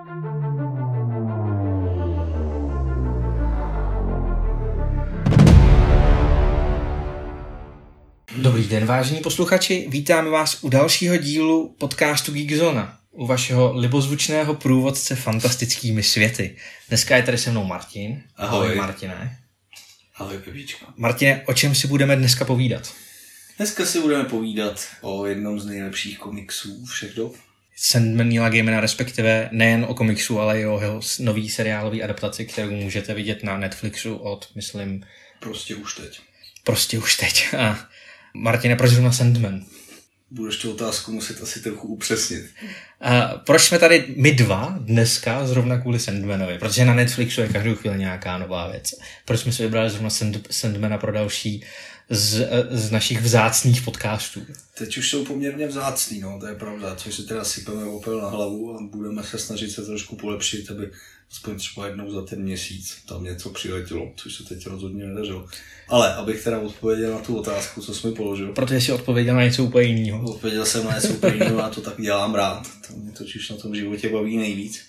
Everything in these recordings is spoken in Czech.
Dobrý den, vážení posluchači, vítáme vás u dalšího dílu podcastu Geekzona, u vašeho libozvučného průvodce fantastickými světy. Dneska je tady se mnou Martin. Ahoj. Martine. Ahoj Pepíčko. Martine, o čem si budeme dneska povídat? Dneska si budeme povídat o jednom z nejlepších komiksů všech dob. Sandman Neila Gaimana, respektive nejen o komiksu, ale i o jeho nový seriálový adaptaci, kterou můžete vidět na Netflixu od, myslím... Prostě už teď. A Martine, proč zrovna Sandman? Budeš tu otázku muset asi trochu upřesnit. Proč jsme tady my dva dneska zrovna kvůli Sandmanovi? Protože na Netflixu je každou chvíli nějaká nová věc. Proč jsme si vybrali zrovna Sandmana pro další z našich vzácných podcastů? Teď už jsou poměrně vzácný, no, to je pravda, což si teda sypeme opět na hlavu a budeme se snažit se trošku polepšit, aby aspoň třeba jednou za ten měsíc tam něco přiletělo, což se teď rozhodně nedařilo. Ale abych teda odpověděl na tu otázku, co jsi mi položil. Protože jsi odpověděl na něco úplně jiného. Odpověděl jsem na něco úplně jiného a to tak dělám rád. To mě totiž na tom životě baví nejvíc.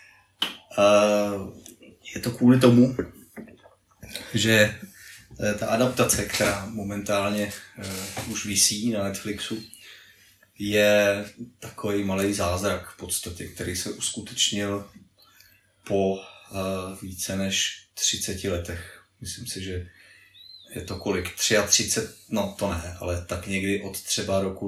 Je to kvůli tomu, že ta adaptace, která momentálně už visí na Netflixu, je takový malý zázrak v podstatě, který se uskutečnil po více než 30 letech. Myslím si, že je to kolik? 33? No to ne, ale tak někdy od třeba roku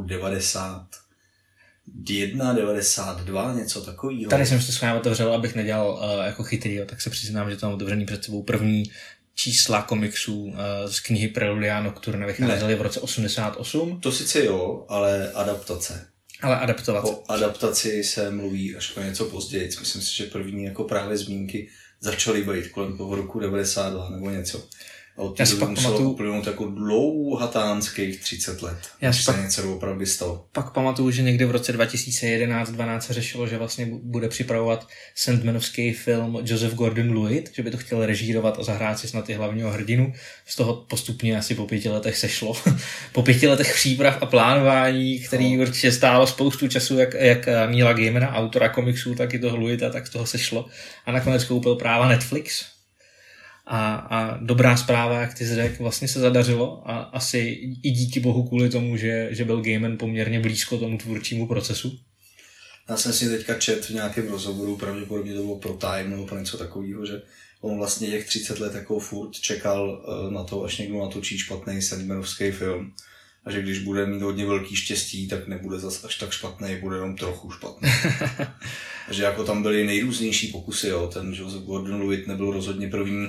91, 92, něco takového. Tady jsem si s vámi otevřel, abych nedělal jako chytrý, tak se přiznám, že to mám otevřený před sebou první čísla komiksů z knihy Preludia Nocturna vycházely v roce 88. To sice jo, ale adaptace. Ale adaptovat. O adaptaci se mluví až o něco později. Myslím si, že první jako právě zmínky začaly být kolem toho roku 92 nebo něco. A od té doby muselo uplynout jako dlouhatánských 30 let. Já si se něco opravdu stalo. Pak pamatuju, že někdy v roce 2011-12 se řešilo, že vlastně bude připravovat Sandmanovský film Joseph Gordon-Levitt, že by to chtěl režírovat a zahrát si snad i hlavního hrdinu. Z toho postupně asi po 5 letech sešlo. Po 5 letech příprav a plánování, který určitě stálo spoustu času, jak Neila Gaimana, autora komiksů, tak i toho Levitta, tak z toho sešlo. A nakonec koupil práva Netflix. A dobrá zpráva, jak ty jsi řekl, vlastně se zadařilo a asi i díky bohu kvůli tomu, že byl Gaiman poměrně blízko tomu tvůrčímu procesu. Já jsem si teďka čet v nějakém rozhovoru, pravděpodobně to bylo pro Time nebo pro něco takového, že on vlastně těch 30 let jako furt čekal na to, až někdo natočí špatný Sandmanovský film. A že když bude mít hodně velký štěstí, tak nebude zas až tak špatný, bude jenom trochu špatný. A že jako tam byly nejrůznější pokusy, jo. Ten Joseph Gordon-Levitt nebyl rozhodně první.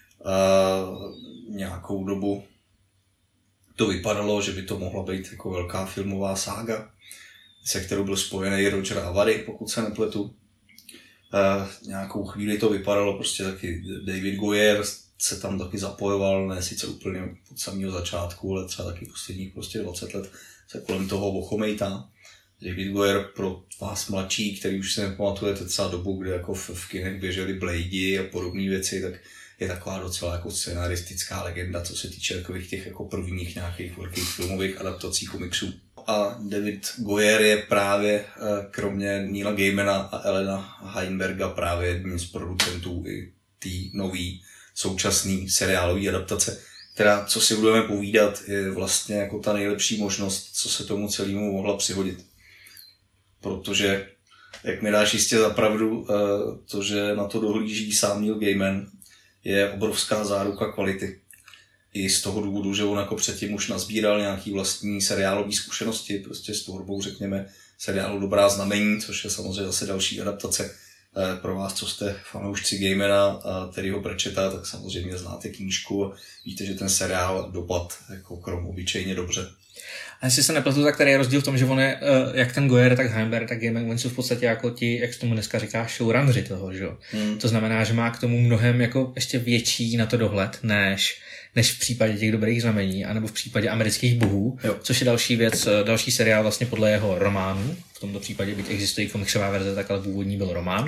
Nějakou dobu to vypadalo, že by to mohla být jako velká filmová sága, se kterou byl spojený Roger Avary, pokud se nepletu. Nějakou chvíli to vypadalo, prostě taky David Goyer se tam taky zapojoval, ne sice úplně od samého začátku, ale třeba taky posledních prostě 20 let se kolem toho ochomejtá. David Goyer pro vás mladší, který už si nepamatujete třeba dobu, kdy jako v kinech běžely Blade a podobné věci, tak je taková docela jako scenaristická legenda, co se týče takových těch jako prvních nějakých velkých filmových adaptací komiksů. A David Goyer je právě kromě Neila Gaimana a Elena Heinberga právě jedním z producentů i té nový současný seriálové adaptace, která, co si budeme povídat, je vlastně jako ta nejlepší možnost, co se tomu celému mohla přihodit. Protože, jak mi dáš jistě za pravdu, to, že na to dohlíží sám Neil Gaiman, je obrovská záruka kvality. I z toho důvodu, že on jako předtím už nazbíral nějaký vlastní seriálové zkušenosti, prostě s tvorbou, řekněme, seriálu Dobrá znamení, což je samozřejmě zase další adaptace. Pro vás, co jste fanoušci Gaimana a Terryho Pratchetta, tak samozřejmě znáte knížku a víte, že ten seriál dopad jako krom obyčejně dobře. A jestli se nepletu, tak tady je rozdíl v tom, že on je, jak ten Goyer, tak Heinberg, tak Gaiman, oni jsou v podstatě jako ti, jak se tomu dneska říká, showrunneři toho, že jo. To znamená, že má k tomu mnohem jako ještě větší na to dohled, než v případě těch Dobrých znamení, anebo v případě Amerických bohů, což je další věc, další seriál vlastně podle jeho románu. V tomto případě, byť existuje komiksová verze, tak ale původní byl román.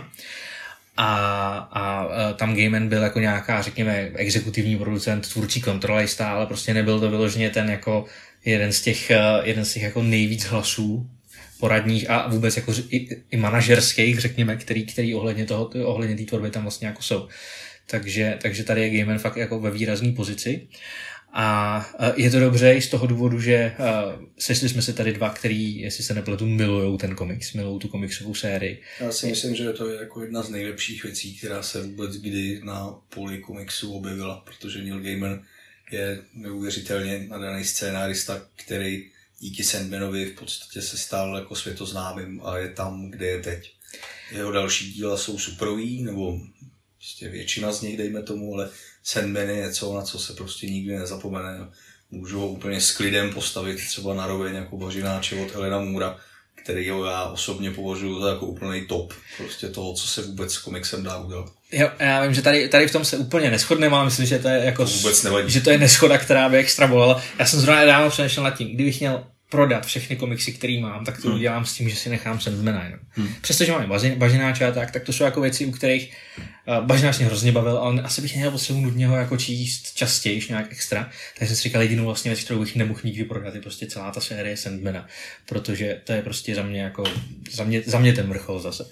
A tam Gaiman byl jako nějaká, řekněme, exekutivní producent, tvůrčí kontrolista, ale prostě nebyl to vyloženě ten jako jeden z těch jako nejvíc hlasů poradních a vůbec jako i manažerských, řekněme, který ohledně té tvorby tam vlastně jako jsou. Takže tady je Gaiman fakt jako ve výrazné pozici. A je to dobře i z toho důvodu, že sešli jsme se tady dva, který, jestli se nepletu, milujou ten komiks, milujou tu komiksovou sérii. Já si myslím, že to je jako jedna z nejlepších věcí, která se vůbec kdy na poli komiksu objevila, protože Neil Gaiman je neuvěřitelně nadaný scénárista, který díky Sandmanovi v podstatě se stal jako světoznámým a je tam, kde je teď. Jeho další díla jsou superový, nebo prostě většina z nich, dejme tomu, ale Sandman je něco, na co se prostě nikdy nezapomene. Můžu ho úplně s klidem postavit třeba na roveň jako Bažináče od Elena Moora, kterýho já osobně považuji za jako úplný top prostě toho, co se vůbec s komiksem dá udělat. Jo, já vím, že tady v tom se úplně neshodneme, ale myslím, že to je jako vůbec nevadí. Že to je neschoda, která by extra bolala. Já jsem zrovna dávno přemýšlel nad tím, kdybych měl prodat všechny komiksy, který mám, tak to udělám s tím, že si nechám Sandmana jenom. Přestože mám Bažináče a tak to jsou jako věci, u kterých Bažináč mě hrozně bavil, ale asi bych měl potřebu nutně ho jako číst častěji, nějak extra. Takže jsem si říkal jedinou vlastně věc, kterou bych nemohl nikdy prodat, je prostě celá ta série Sandmana, protože to je prostě za mě jako za mě ten vrchol zase.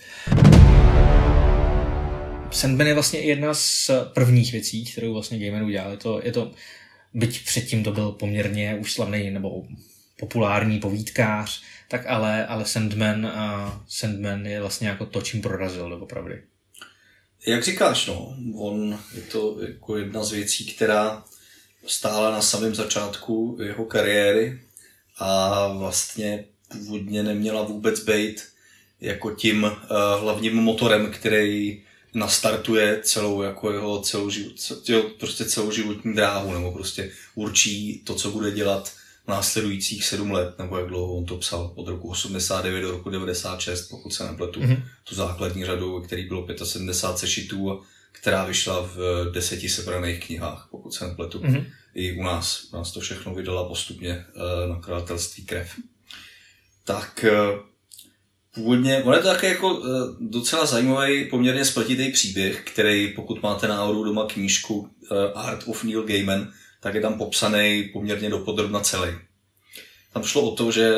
Sandman je vlastně jedna z prvních věcí, kterou vlastně Gaiman udělal. Je to byť předtím to byl poměrně už slavný nebo populární povídkář, tak ale Sandman je vlastně jako to, čím prorazil doopravdy. Jak říkáš, no, je to jako jedna z věcí, která stála na samém začátku jeho kariéry a vlastně původně neměla vůbec být jako tím hlavním motorem, který nastartuje celou jeho celoživotní dráhu, nebo prostě určí to, co bude dělat následujících 7 let, nebo jak dlouho on to psal, od roku 89 do roku 96, pokud se nepletu, tu základní řadu, který bylo 75 sešitů, která vyšla v 10 sebraných knihách, pokud se nepletu. I u nás to všechno vydala postupně nakladatelství Krev. Tak původně, on je to také jako docela zajímavý, poměrně spletitý příběh, který, pokud máte náhodou doma knížku Art of Neil Gaiman, tak je tam popsaný poměrně dopodrobna celý. Tam šlo o to, že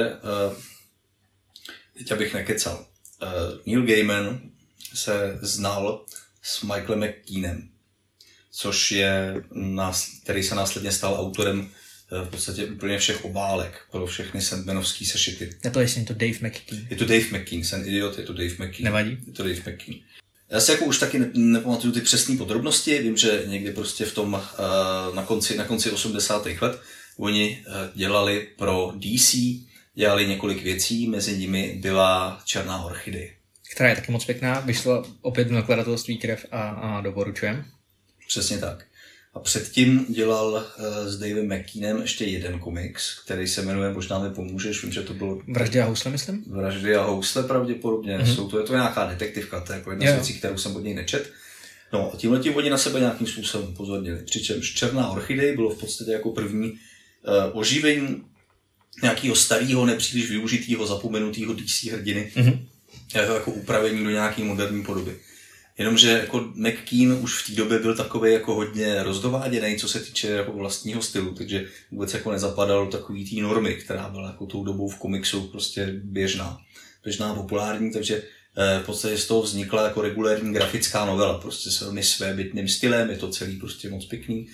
teď abych nekecal. Neil Gaiman se znal s Michaelem McKeanem, což je, který se následně stal autorem v podstatě úplně všech obálek pro všechny Sandmanovský sešity. Já to jestli je to Dave McKean. Je to Dave McKean, jsem idiot, je to Dave McKean. Nevadí. Je to Dave McKean. Já si jako už taky nepamatuju ty přesné podrobnosti, vím, že někdy prostě v tom na konci 80. let oni dělali pro DC, dělali několik věcí, mezi nimi byla Černá orchidej. Která je taky moc pěkná, vyšla opět v nakladatelství Krev a doporučujem. Přesně tak. A předtím dělal s Davem McKeanem ještě jeden komiks, který se jmenuje, možná mi pomůžeš, vím, že to bylo... Vraždy a housle, myslím? Vraždy a housle pravděpodobně. Je to nějaká detektivka, to je jako jedna z věcí, kterou jsem od něj nečet. No a tímhletím oni na sebe nějakým způsobem upozornili. Přičemž Černá orchidej bylo v podstatě jako první oživení nějakého starého, nepříliš využitého, zapomenutého DC hrdiny. Jako upravení do nějaké moderní podoby. Jenomže jako McKean už v té době byl takový jako hodně rozdováděný, co se týče jako vlastního stylu, takže vůbec jako nezapadal do takový té normy, která byla jako tou dobou v komiksu prostě běžná, populární, takže v podstatě z toho vznikla jako regulérní grafická novela, prostě s velmi svébytným stylem, je to celý prostě moc pěkný,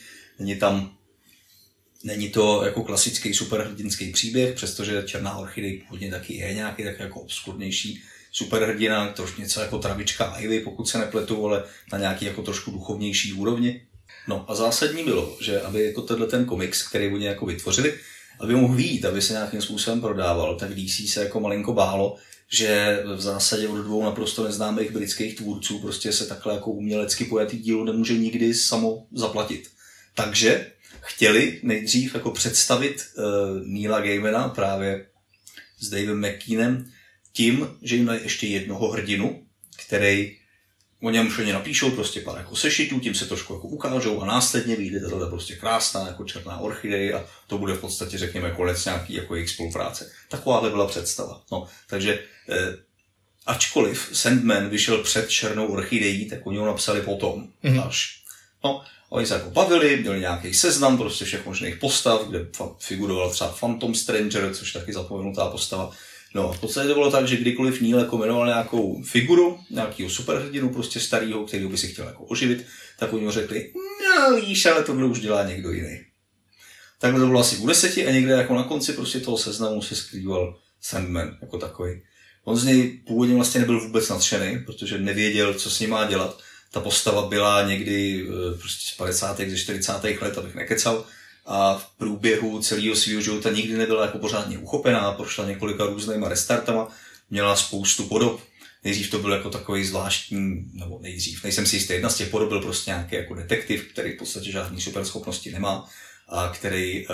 není to jako klasický superhrdinský příběh, přestože Černá orchidej původně taky je nějaký tak jako obskurnější superhrdina, trošku něco jako Travička Ivy, pokud se nepletu, ale na nějaký jako trošku duchovnější úrovni. No a zásadní bylo, že aby jako ten komiks, který oni jako vytvořili, aby mohl vyjít, aby se nějakým způsobem prodával, tak DC se jako malinko bálo, že v zásadě od 2 naprosto neznámých britských tvůrců prostě se takhle jako umělecky pojatý dílo nemůže nikdy samo zaplatit. Takže chtěli nejdřív jako představit Neila Gaimana právě s Davem McKeanem tím, že jim dají ještě jednoho hrdinu, který o něm už oni napíšou prostě pár jako sešitů, tím se trošku jako ukážou a následně vyjde tato prostě krásná jako Černá orchidej a to bude v podstatě řekněme konec nějaký jako jejich spolupráce. Takováhle byla představa. No, takže ačkoliv Sandman vyšel před Černou orchidejí, tak oni ho napsali potom až. No, oni se jako bavili, měli nějaký seznam prostě všech možných postav, kde figuroval třeba Phantom Stranger, což taky zapomenutá postava. No, v podstatě to bylo tak, že kdykoliv Neil jako jmenoval nějakou figuru, nějakého superhrdinu, prostě starýho, který by si chtěl jako oživit, tak oni mu řekli, no víš, ale tohle už dělá někdo jiný. Takhle to bylo asi u 10 a někde jako na konci prostě toho seznamu se skrýval Sandman jako takový. On z něj původně vlastně nebyl vůbec nadšený, protože nevěděl, co s ním má dělat. Ta postava byla někdy prostě z 50. ze 40. let, abych nekecal. A v průběhu celého svého života nikdy nebyla jako pořádně uchopená, prošla několika různýma restartama, měla spoustu podob. Nejdřív to byl jako takový zvláštní, nebo nejdřív, nejsem si jistý, jedna z těch podob byl prostě nějaký jako detektiv, který v podstatě žádný superschopnosti nemá a který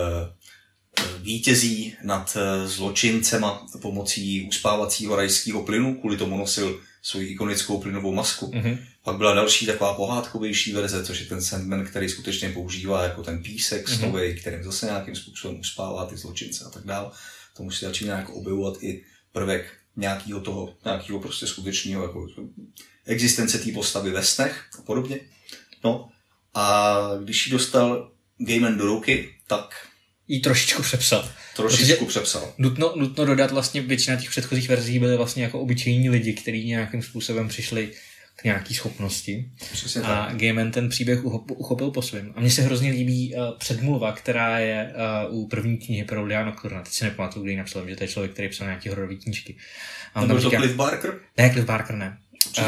vítězí nad zločincema pomocí uspávacího rajského plynu, kvůli tomu nosil svou ikonickou plynovou masku. Mm-hmm. Pak byla další taková pohádkovější verze, což je ten Sandman, který skutečně používá jako ten písek snovej, kterým zase nějakým způsobem uspává ty zločince a tak dál. Tomu si začíná jako objevovat i prvek nějakého prostě skutečného jako existence té postavy ve snech a podobně. No a když ji dostal Gaiman do ruky, tak jí trošičku přepsal. Přepsal. Nutno dodat, vlastně většina těch předchozích verzí byly vlastně jako obyčejní lidi, kteří nějakým způsobem přišli k nějaký schopnosti. Přesně a tak. Gaiman ten příběh uchopil po svém. A mně se hrozně líbí předmluva, která je u první knihy pro Lea Nocturna. Teď si nepamatuju, kdy ji napsal, že to je člověk, který psal nějaký hororové knížky. Nebyl to Cliff Barker? Ne, Cliff Barker ne.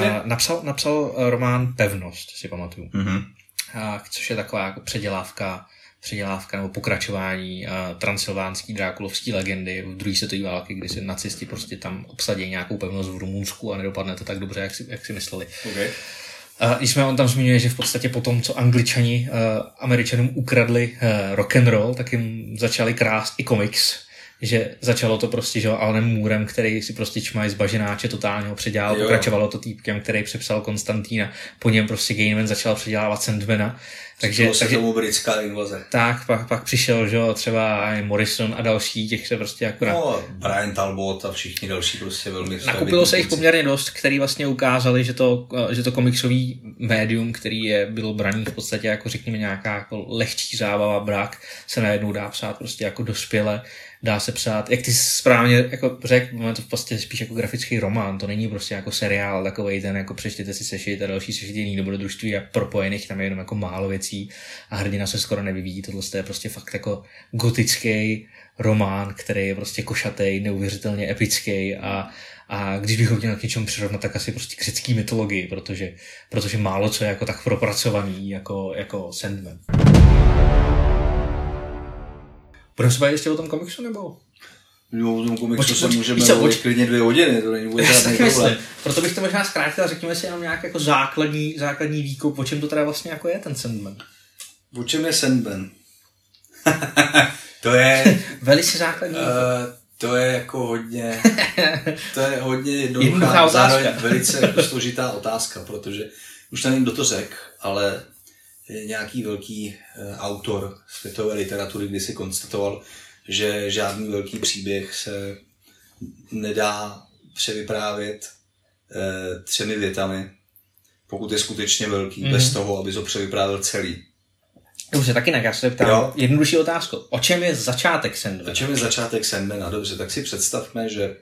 Napsal román Pevnost, si pamatuju. Mm-hmm. Což je taková jako předělávka nebo pokračování transylvánský drákulovský legendy v druhé světové války, kdy si nacisti prostě tam obsadí nějakou pevnost v Rumunsku a nedopadne to tak dobře, jak si mysleli. Okay. Nicméně on tam zmiňuje, že v podstatě po tom, co Angličani Američanům ukradli rock and roll, tak jim začali krást i komiks. Že začalo to prostě, že Alanem Moorem, který si prostě čmaj z baženáče totálně ho předělal, pokračovalo to týpkem, který přepsal Konstantína, po něm prostě Gaiman začal předělávat Sandmana. Takže tomu britská invaze. Tak, pak přišel, že třeba Morrison a další, těch se prostě akorát... No, Brian Talbot a všichni další prostě velmi... Nakupilo se jich poměrně dost, který vlastně ukázali, že to komiksový médium, který bylo braný v podstatě jako řekněme nějaká jako lehčí zábava, brak, se najednou dá psát prostě jako dospěle, dá se psát, jak ty správně jako řekl, máme to v podstatě spíš jako grafický román, to není prostě jako seriál takovej ten, jako přečtěte si sešit a další sešit jiný dobrodružství a propojených, tam je jenom jako málo věcí a hrdina se skoro nevyvíjí, tohle je prostě fakt jako gotický román, který je prostě košatý, neuvěřitelně epický a když bych ho měl k něčemu přirovnat, tak asi prostě k řecký mytologii, protože málo co je jako tak propracovaný jako Sandman. Budeme se bavit ještě o tom komiksu, nebo? No, o tom komiksu se můžeme bavit klidně 2 hodiny, to není vůbec žádný problém. Proto bych to možná zkrátil a řekněme si jenom nějak jako základní výkup, o čem to teda vlastně jako je ten Sandman. O čem je Sandman? To je... Velice základní to je jako hodně jednoduchá, zároveň velice složitá otázka, protože už nevím, kdo to řekl, ale nějaký velký autor světové literatury kdysi konstatoval, že žádný velký příběh se nedá převyprávět 3 větami, pokud je skutečně velký, bez toho, aby ho převyprávěl celý. Dobře, taky já se ptám jednodušší otázku. O čem je začátek Sandmana? O čem je začátek Sandmana? Dobře, tak si představme, že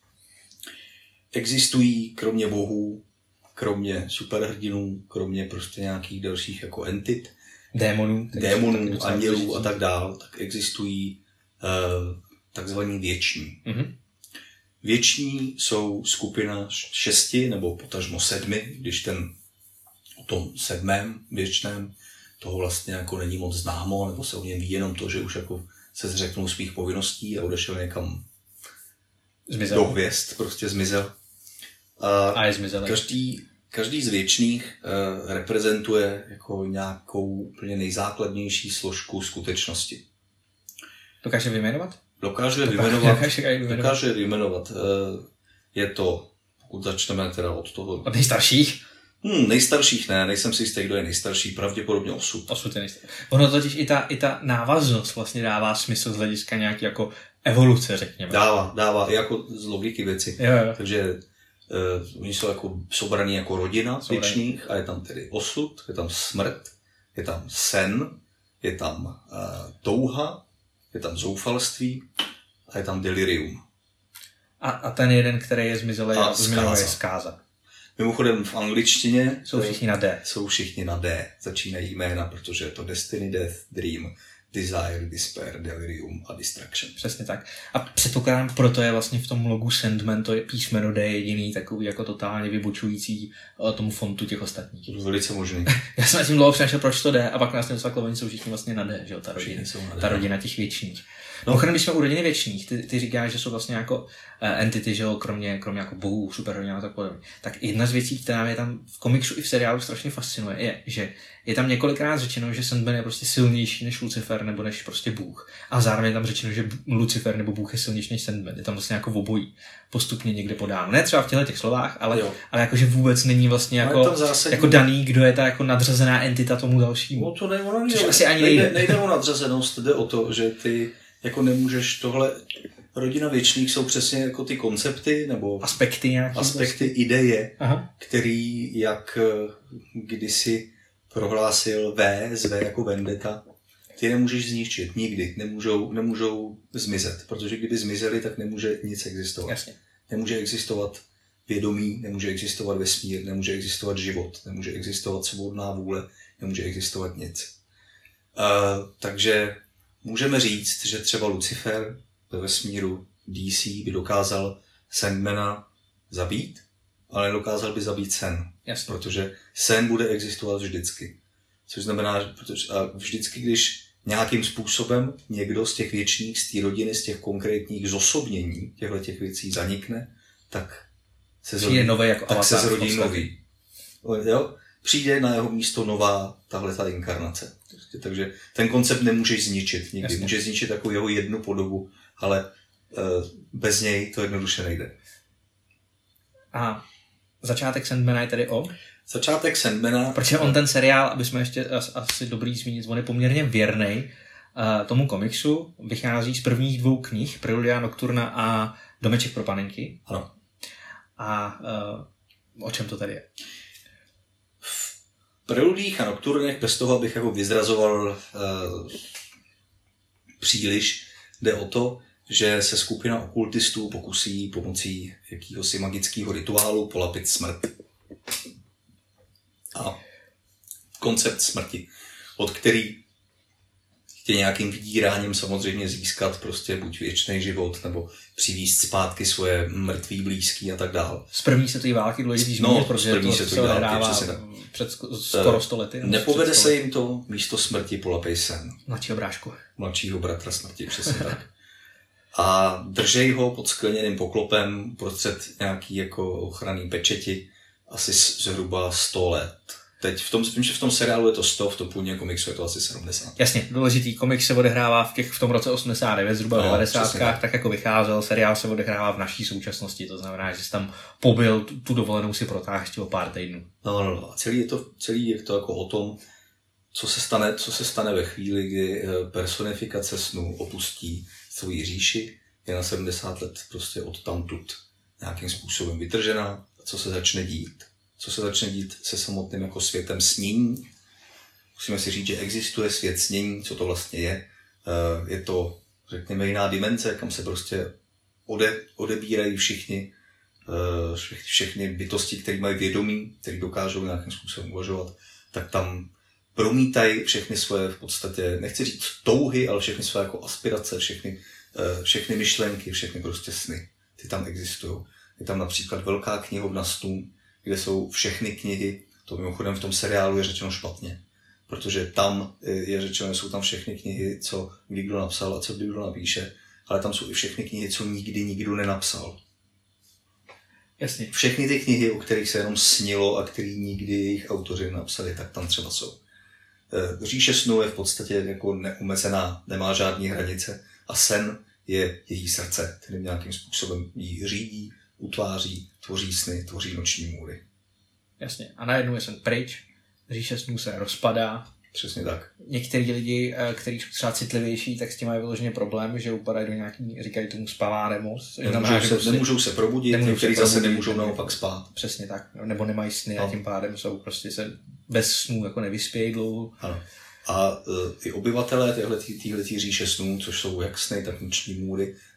existují kromě bohů, kromě superhrdinů, kromě prostě nějakých dalších jako entit, démonů, andělů a tak dál, tak existují takzvaní věční. Mm-hmm. Věční jsou skupina 6 nebo potažmo 7, když o tom 7. věčném toho vlastně jako není moc známo, nebo se o něm ví jenom to, že už jako se zřeknul svých povinností a odešel někam do hvězd, prostě zmizel. A je zmizel. Každý z věčných reprezentuje jako nějakou úplně nejzákladnější složku skutečnosti. Dokáže vyjmenovat? Dokáže vyjmenovat. Je to, pokud začneme teda od toho... Od nejstarších? Nejstarších ne, nejsem si jistý, kdo je nejstarší, pravděpodobně Osud. Osud je nejstarší. Ono totiž i ta návaznost vlastně dává smysl z hlediska nějaký jako evoluce, řekněme. Dává, i jako z logiky věci. Jo. Takže oni jsou jako sobraní jako rodina věčných a je tam tedy osud, je tam smrt, je tam sen, je tam touha, je tam zoufalství a je tam delirium. A ten jeden, který je zmizelý, je zkáza. Mimochodem v angličtině jsou všichni na D. Jsou všichni na D. Začínají jména, protože je to Destiny, Death, Dream, Desire, Despair, Delirium a Distraction. Přesně tak. A předpokládám, proto je vlastně v tom logu Sandman to je písmeno D jediný takový jako totálně vybočující tomu fontu těch ostatních. To je velice možný. Já jsem na tím dlouho přemýšlel, proč to D, a pak nás nesvaklo, oni jsou všichni vlastně na D, že jo, ta rodina těch věčných. No, když jsme u rodiny věčných, ty říkáš, že jsou vlastně jako entity, že jo, kromě jako bohů, superhrdinů a tak podobně. Tak jedna z věcí, která mě tam v komiksu i v seriálu strašně fascinuje, je, že je tam několikrát řečeno, že Sandman je prostě silnější než Lucifer nebo než prostě Bůh. A zároveň je tam řečeno, že Lucifer nebo Bůh je silnější než Sandman. Je tam vlastně jako obojí postupně někde podáno. Ne třeba v těch slovách, ale jakože vůbec není vlastně jako daný, kdo je ta jako nadřazená entita tomu dalšímu. No to nejde o nadřazenost, jde o to, že ty jako nemůžeš tohle, rodina věčných jsou přesně jako ty koncepty nebo aspekty ideje, který jak kdysi prohlásil Z jako vendetta, ty nemůžeš zničit nikdy, nemůžou zmizet, protože kdyby zmizeli, tak nemůže nic existovat. Jasně. Nemůže existovat vědomí, nemůže existovat vesmír, nemůže existovat život, nemůže existovat svobodná vůle, nemůže existovat nic. Takže můžeme říct, že třeba Lucifer ve vesmíru DC by dokázal Sandmana zabít, ale nedokázal by zabít Sen. Jasně. Protože Sen bude existovat vždycky. Což znamená, že vždycky, když nějakým způsobem někdo z těch věčných, z té rodiny, z těch konkrétních zosobnění těchto věcí zanikne, tak se zrodí nový. Jo? Přijde na jeho místo nová tahleta inkarnace. Takže ten koncept nemůžeš zničit nikdy. Jasně. Můžeš zničit takovou jeho jednu podobu, ale bez něj to jednoduše nejde. A začátek Sandmana je tedy Začátek Sandmana... Protože on ten seriál, aby jsme ještě asi dobrý zmínit, on je poměrně věrnej tomu komiksu, vychází z prvních 2 knih, Preludia Nocturna a Domeček pro panenky. Ano. A o čem to tady je? V Preludích a Nocturnech, bez toho, abych jako vyzrazoval příliš, jde o to, že se skupina okultistů pokusí pomocí jakýhosi magického rituálu polapit smrt. A koncept smrti, od který chtějí nějakým vydíráním samozřejmě získat prostě buď věčný život, nebo přivízt zpátky svoje mrtvý blízký a tak dál. Z první světové války důležitý zmínit, protože to se odehrává před skoro 100 lety. Nepovede se jim to, místo smrti polapej Sen. Mladšího bratra smrti, přesně tak. A držej ho pod skleněným poklopem prostřed nějaký jako ochranný pečeti asi zhruba 100 let. Teď v tom seriálu je to 100, v tom původním komiksu je to asi 70. Jasně, důležitý komik se odehrává v tom roce 89, zhruba v 90. tak jako vycházel, seriál se odehrává v naší současnosti, to znamená, že jsi tam pobyl, tu dovolenou si protáhl o pár týdnů. No. A celý je to jako o tom, co se stane ve chvíli, kdy personifikace snů opustí svoji říši, je na 70 let prostě odtamtud nějakým způsobem vytržená. Co se začne dít? Co se začne dít se samotným jako světem snění? Musíme si říct, že existuje svět snění, co to vlastně je. Je to, řekněme, jiná dimenze, kam se prostě odebírají všechny bytosti, které mají vědomí, které dokážou nějakým způsobem uvažovat, tak tam promítají všechny svoje v podstatě, nechci říct touhy, ale všechny své jako aspirace, všechny myšlenky, všechny prostě sny. Ty tam existují. Je tam například velká knihovna snů, kde jsou všechny knihy, to mimochodem v tom seriálu je řečeno špatně, protože tam je řečeno, že jsou tam všechny knihy, co kdy kdo napsal a co kdy kdo napíše, ale tam jsou i všechny knihy, co nikdy nikdo nenapsal. Jasně. Všechny ty knihy, o kterých se jenom snilo a který nikdy jejich autoři napsali, tak tam třeba jsou. Říše snů je v podstatě jako neomezená, nemá žádné hranice a sen je její srdce, který nějakým způsobem jí řídí, utváří, tvoří sny, tvoří noční můry. Jasně. A najednou je sen pryč, říše snů se rozpadá. Přesně tak. Někteří lidi, kteří jsou třeba citlivější, tak s tím mají vyloženě problém, že upadají do nějaký, říkají tomu spavá nemoc. Nemůžou se probudit, někteří zase nemůžou naopak spát. Přesně tak. Nebo nemají sny a tím pádem jsou prostě se bez snů jako nevyspějí dlouho. Ano. A i obyvatelé téhletý říše snů, což jsou jak sny, tak noční můry,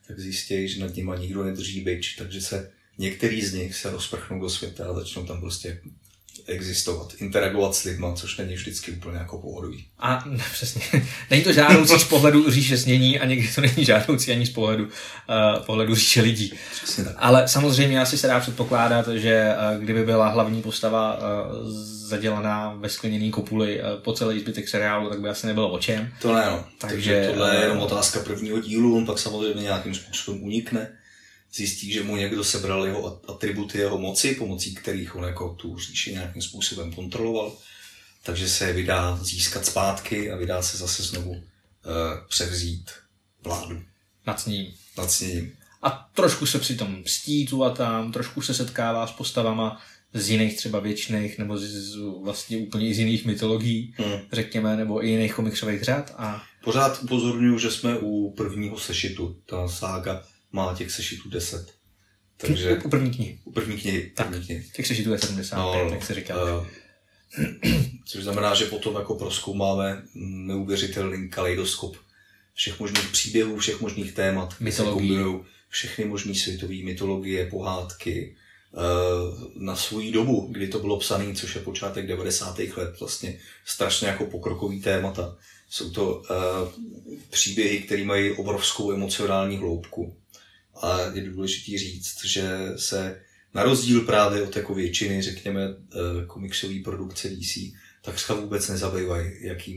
tak zjistí, že nad nima nikdo nedrží bič, takže se některý z nich se rozprchnou do světa a začnou tam prostě existovat, interagovat s lidma, což není vždycky úplně jako pohodový. A přesně, není to žádoucí z pohledu říše snění a někdy to není žádoucí ani z pohledu říše lidí. Přesně tak. Ale samozřejmě asi se dá předpokládat, že kdyby byla hlavní postava zadělaná ve skleněný kopuli po celý zbytek seriálu, tak by asi nebylo o čem. To ne, no. Takže tohle je jenom otázka prvního dílu, on pak samozřejmě nějakým způsobem unikne. Zjistí, že mu někdo sebral jeho atributy, jeho moci, pomocí kterých on jako tu říši nějakým způsobem kontroloval. Takže se vydá získat zpátky a vydá se zase znovu převzít vládu. Nad ním. A trošku se přitom mstí tu a tam, trošku se setkává s postavama z jiných třeba věčných, nebo vlastně úplně z jiných mytologií, řekněme, nebo i jiných komiksových řad. A pořád upozorňuji, že jsme u prvního sešitu. Ta sága má těch sešitů 10. Takže u první knihy. U první knihy. Těch sešitů je 75, jak se říká. Což znamená, že potom jako prozkoumáme neuvěřitelný kaleidoskop všech možných příběhů, všech možných témat, kombinují všechny možné světové mytologie, pohádky na svou dobu, kdy to bylo psané, což je počátek 90. let, vlastně strašně jako pokrokový témata. Jsou to příběhy, které mají obrovskou emocionální hloubku. A je důležité říct, že se na rozdíl právě od jako většiny, řekněme, komiksové produkce DC, takřka vůbec nezabývají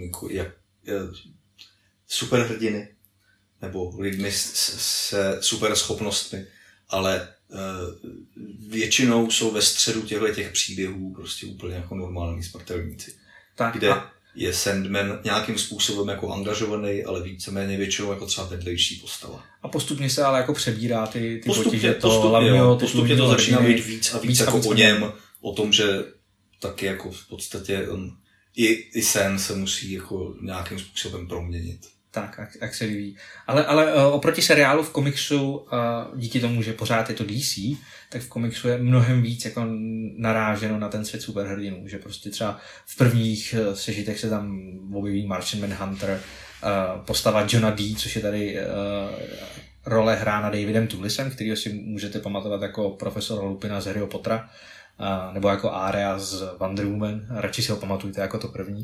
superhrdiny nebo lidmi se super schopnostmi, ale většinou jsou ve středu těch příběhů prostě úplně jako normální smrtelníci. Kde je Sandman nějakým způsobem jako angažovaný, ale víceméně většinou jako třeba vedlejší postava. A postupně se ale jako přebírá ty potíže postupně to začíná být víc a víc jako o něm, o tom, že taky jako v podstatě i sen se musí jako nějakým způsobem proměnit. Tak, jak se vyvíjí. Ale oproti seriálu v komiksu, díky tomu, že pořád je to DC, tak v komiksu je mnohem víc jako naráženo na ten svět superhrdinů. Že prostě třeba v prvních sešitech se tam objeví Martian Manhunter, postava Johna D., což je tady role hrána Davidem Tulisem, kterýho si můžete pamatovat jako profesora Lupina z Harryho Pottera, nebo jako Area z Wonder Woman. Radši si ho pamatujte jako to první.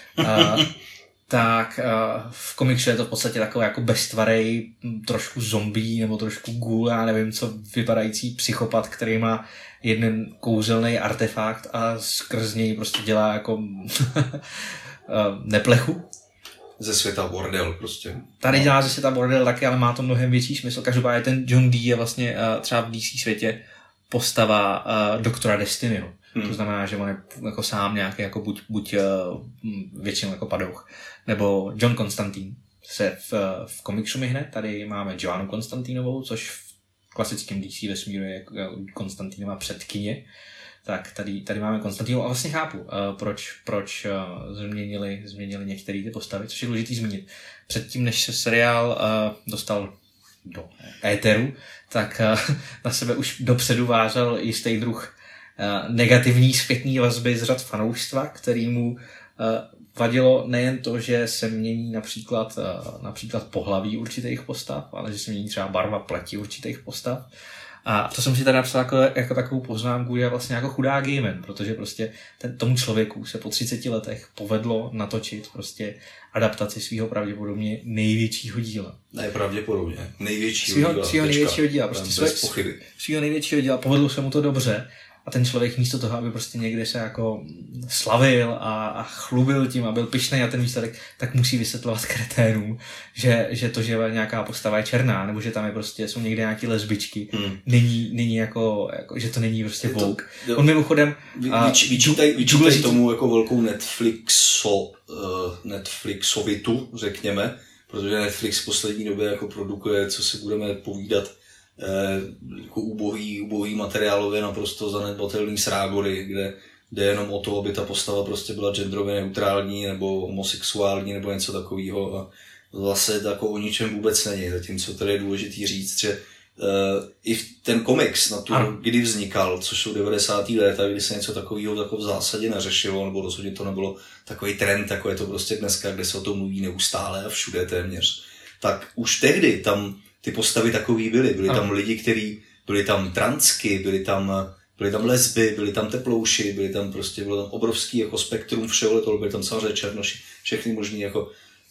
Tak v komiksu je to v podstatě takový jako beztvarej, trošku zombie nebo trošku ghoul, já nevím co, vypadající psychopat, který má jeden kouzelný artefakt a skrz něj prostě dělá jako neplechu. Ze světa bordel prostě. Tady dělá ze světa bordel taky, ale má to mnohem větší smysl. Každopádně ten John D. je vlastně třeba v DC světě postava doktora Destinyho. To znamená, že on je jako sám nějaký jako buď většinou jako padouch. Nebo John Constantine se v komiksu myhne. Tady máme Joannu Konstantinovou, což v klasickém DC vesmíru je Konstantinova předkyně. Tak tady máme Konstantinovu a vlastně chápu, proč změnili některé ty postavy, což je důležitý zmínit. Předtím, než se seriál dostal do éteru, tak na sebe už dopředu vážel jistý druh negativní zpětný vazby z řad fanoušstva, který mu vadilo nejen to, že se mění například pohlaví určitých postav, ale že se mění třeba barva pleti určitých postav. A to jsem si tady napsal jako takovou poznámku, je vlastně jako chudá gayman, protože prostě tomu člověku se po 30 letech povedlo natočit prostě adaptaci svého pravděpodobně největšího díla. Nejpravděpodobně. Svého největšího díla. Prostě svého největšího díla. Povedlo se mu to dobře. A ten člověk místo toho, aby prostě někde se jako slavil a chlubil tím a byl pyšnej na ten výsledek, tak musí vysvětlovat kreténům, že to, že nějaká postava je černá, nebo že tam je prostě, jsou někde nějaký lesbičky, není jako, že to není prostě Vogue. On mimochodem vyčítají tomu jako velkou Netflixovitu, řekněme, protože Netflix v poslední době jako produkuje, co si budeme povídat, jako ubohý materiálově naprosto zanedbatelný srágory, kde jde jenom o to, aby ta postava prostě byla genderově neutrální nebo homosexuální nebo něco takového a vlastně jako o ničem vůbec není. Zatímco tady je důležitý říct, že i ten komiks na tu, kdy vznikal, což jsou 90. léta, kdy se něco takového jako v zásadě neřešilo, nebo rozhodně to nebylo takový trend, jako je to prostě dneska, kde se o tom mluví neustále a všude téměř. Tak už tehdy tam ty postavy takový byly tam lidi, kteří byli tam transky, byli tam lesby, byli tam teplouši, bylo tam obrovský jako spektrum všeho toho, byli tam samozřejmě černoši, všechny možný jako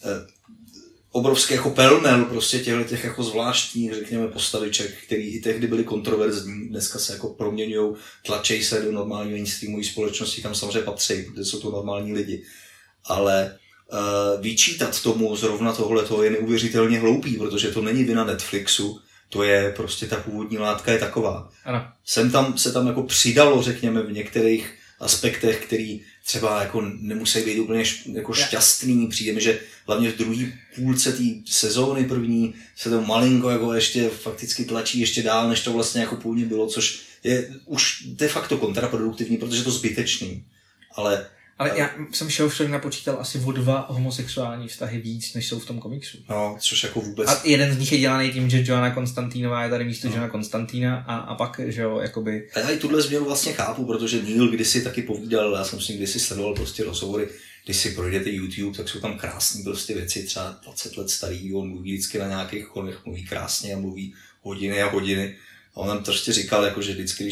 obrovský jako pelmel prostě těch jako zvláštních, řekněme, postaviček, který i tehdy byly kontroverzní, dneska se jako proměňujou, tlačej se do normální mainstreamové společnosti, kam samozřejmě patří, protože jsou to normální lidi. Ale vyčítat tomu zrovna tohleto je neuvěřitelně hloupý, protože to není vina Netflixu, to je prostě ta původní látka je taková. Ano. Se tam jako přidalo, řekněme, v některých aspektech, který třeba jako nemusí být úplně jako šťastný. Přijde mi, že hlavně v druhé půlce té sezóny první se to malinko jako ještě fakticky tlačí ještě dál, než to vlastně jako původně bylo, což je už de facto kontraproduktivní, protože je to zbytečný. Ale já jsem všeho napočítal asi o 2 homosexuální vztahy víc, než jsou v tom komiksu. No, což jako vůbec... A jeden z nich je dělaný tím, že Joanna Konstantínová je tady místo Johna Konstantína a pak, že jo, jakoby... A já i tuhle změnu vlastně chápu, protože Neil kdysi taky povídal, já jsem s ním kdysi sledoval prostě rozhovory, když si projdete YouTube, tak jsou tam krásné prostě věci, třeba 20 let starý, on mluví vždycky na nějakých konech, mluví krásně a mluví hodiny a hodiny. A on nám prostě říkal, jako, že vždycky,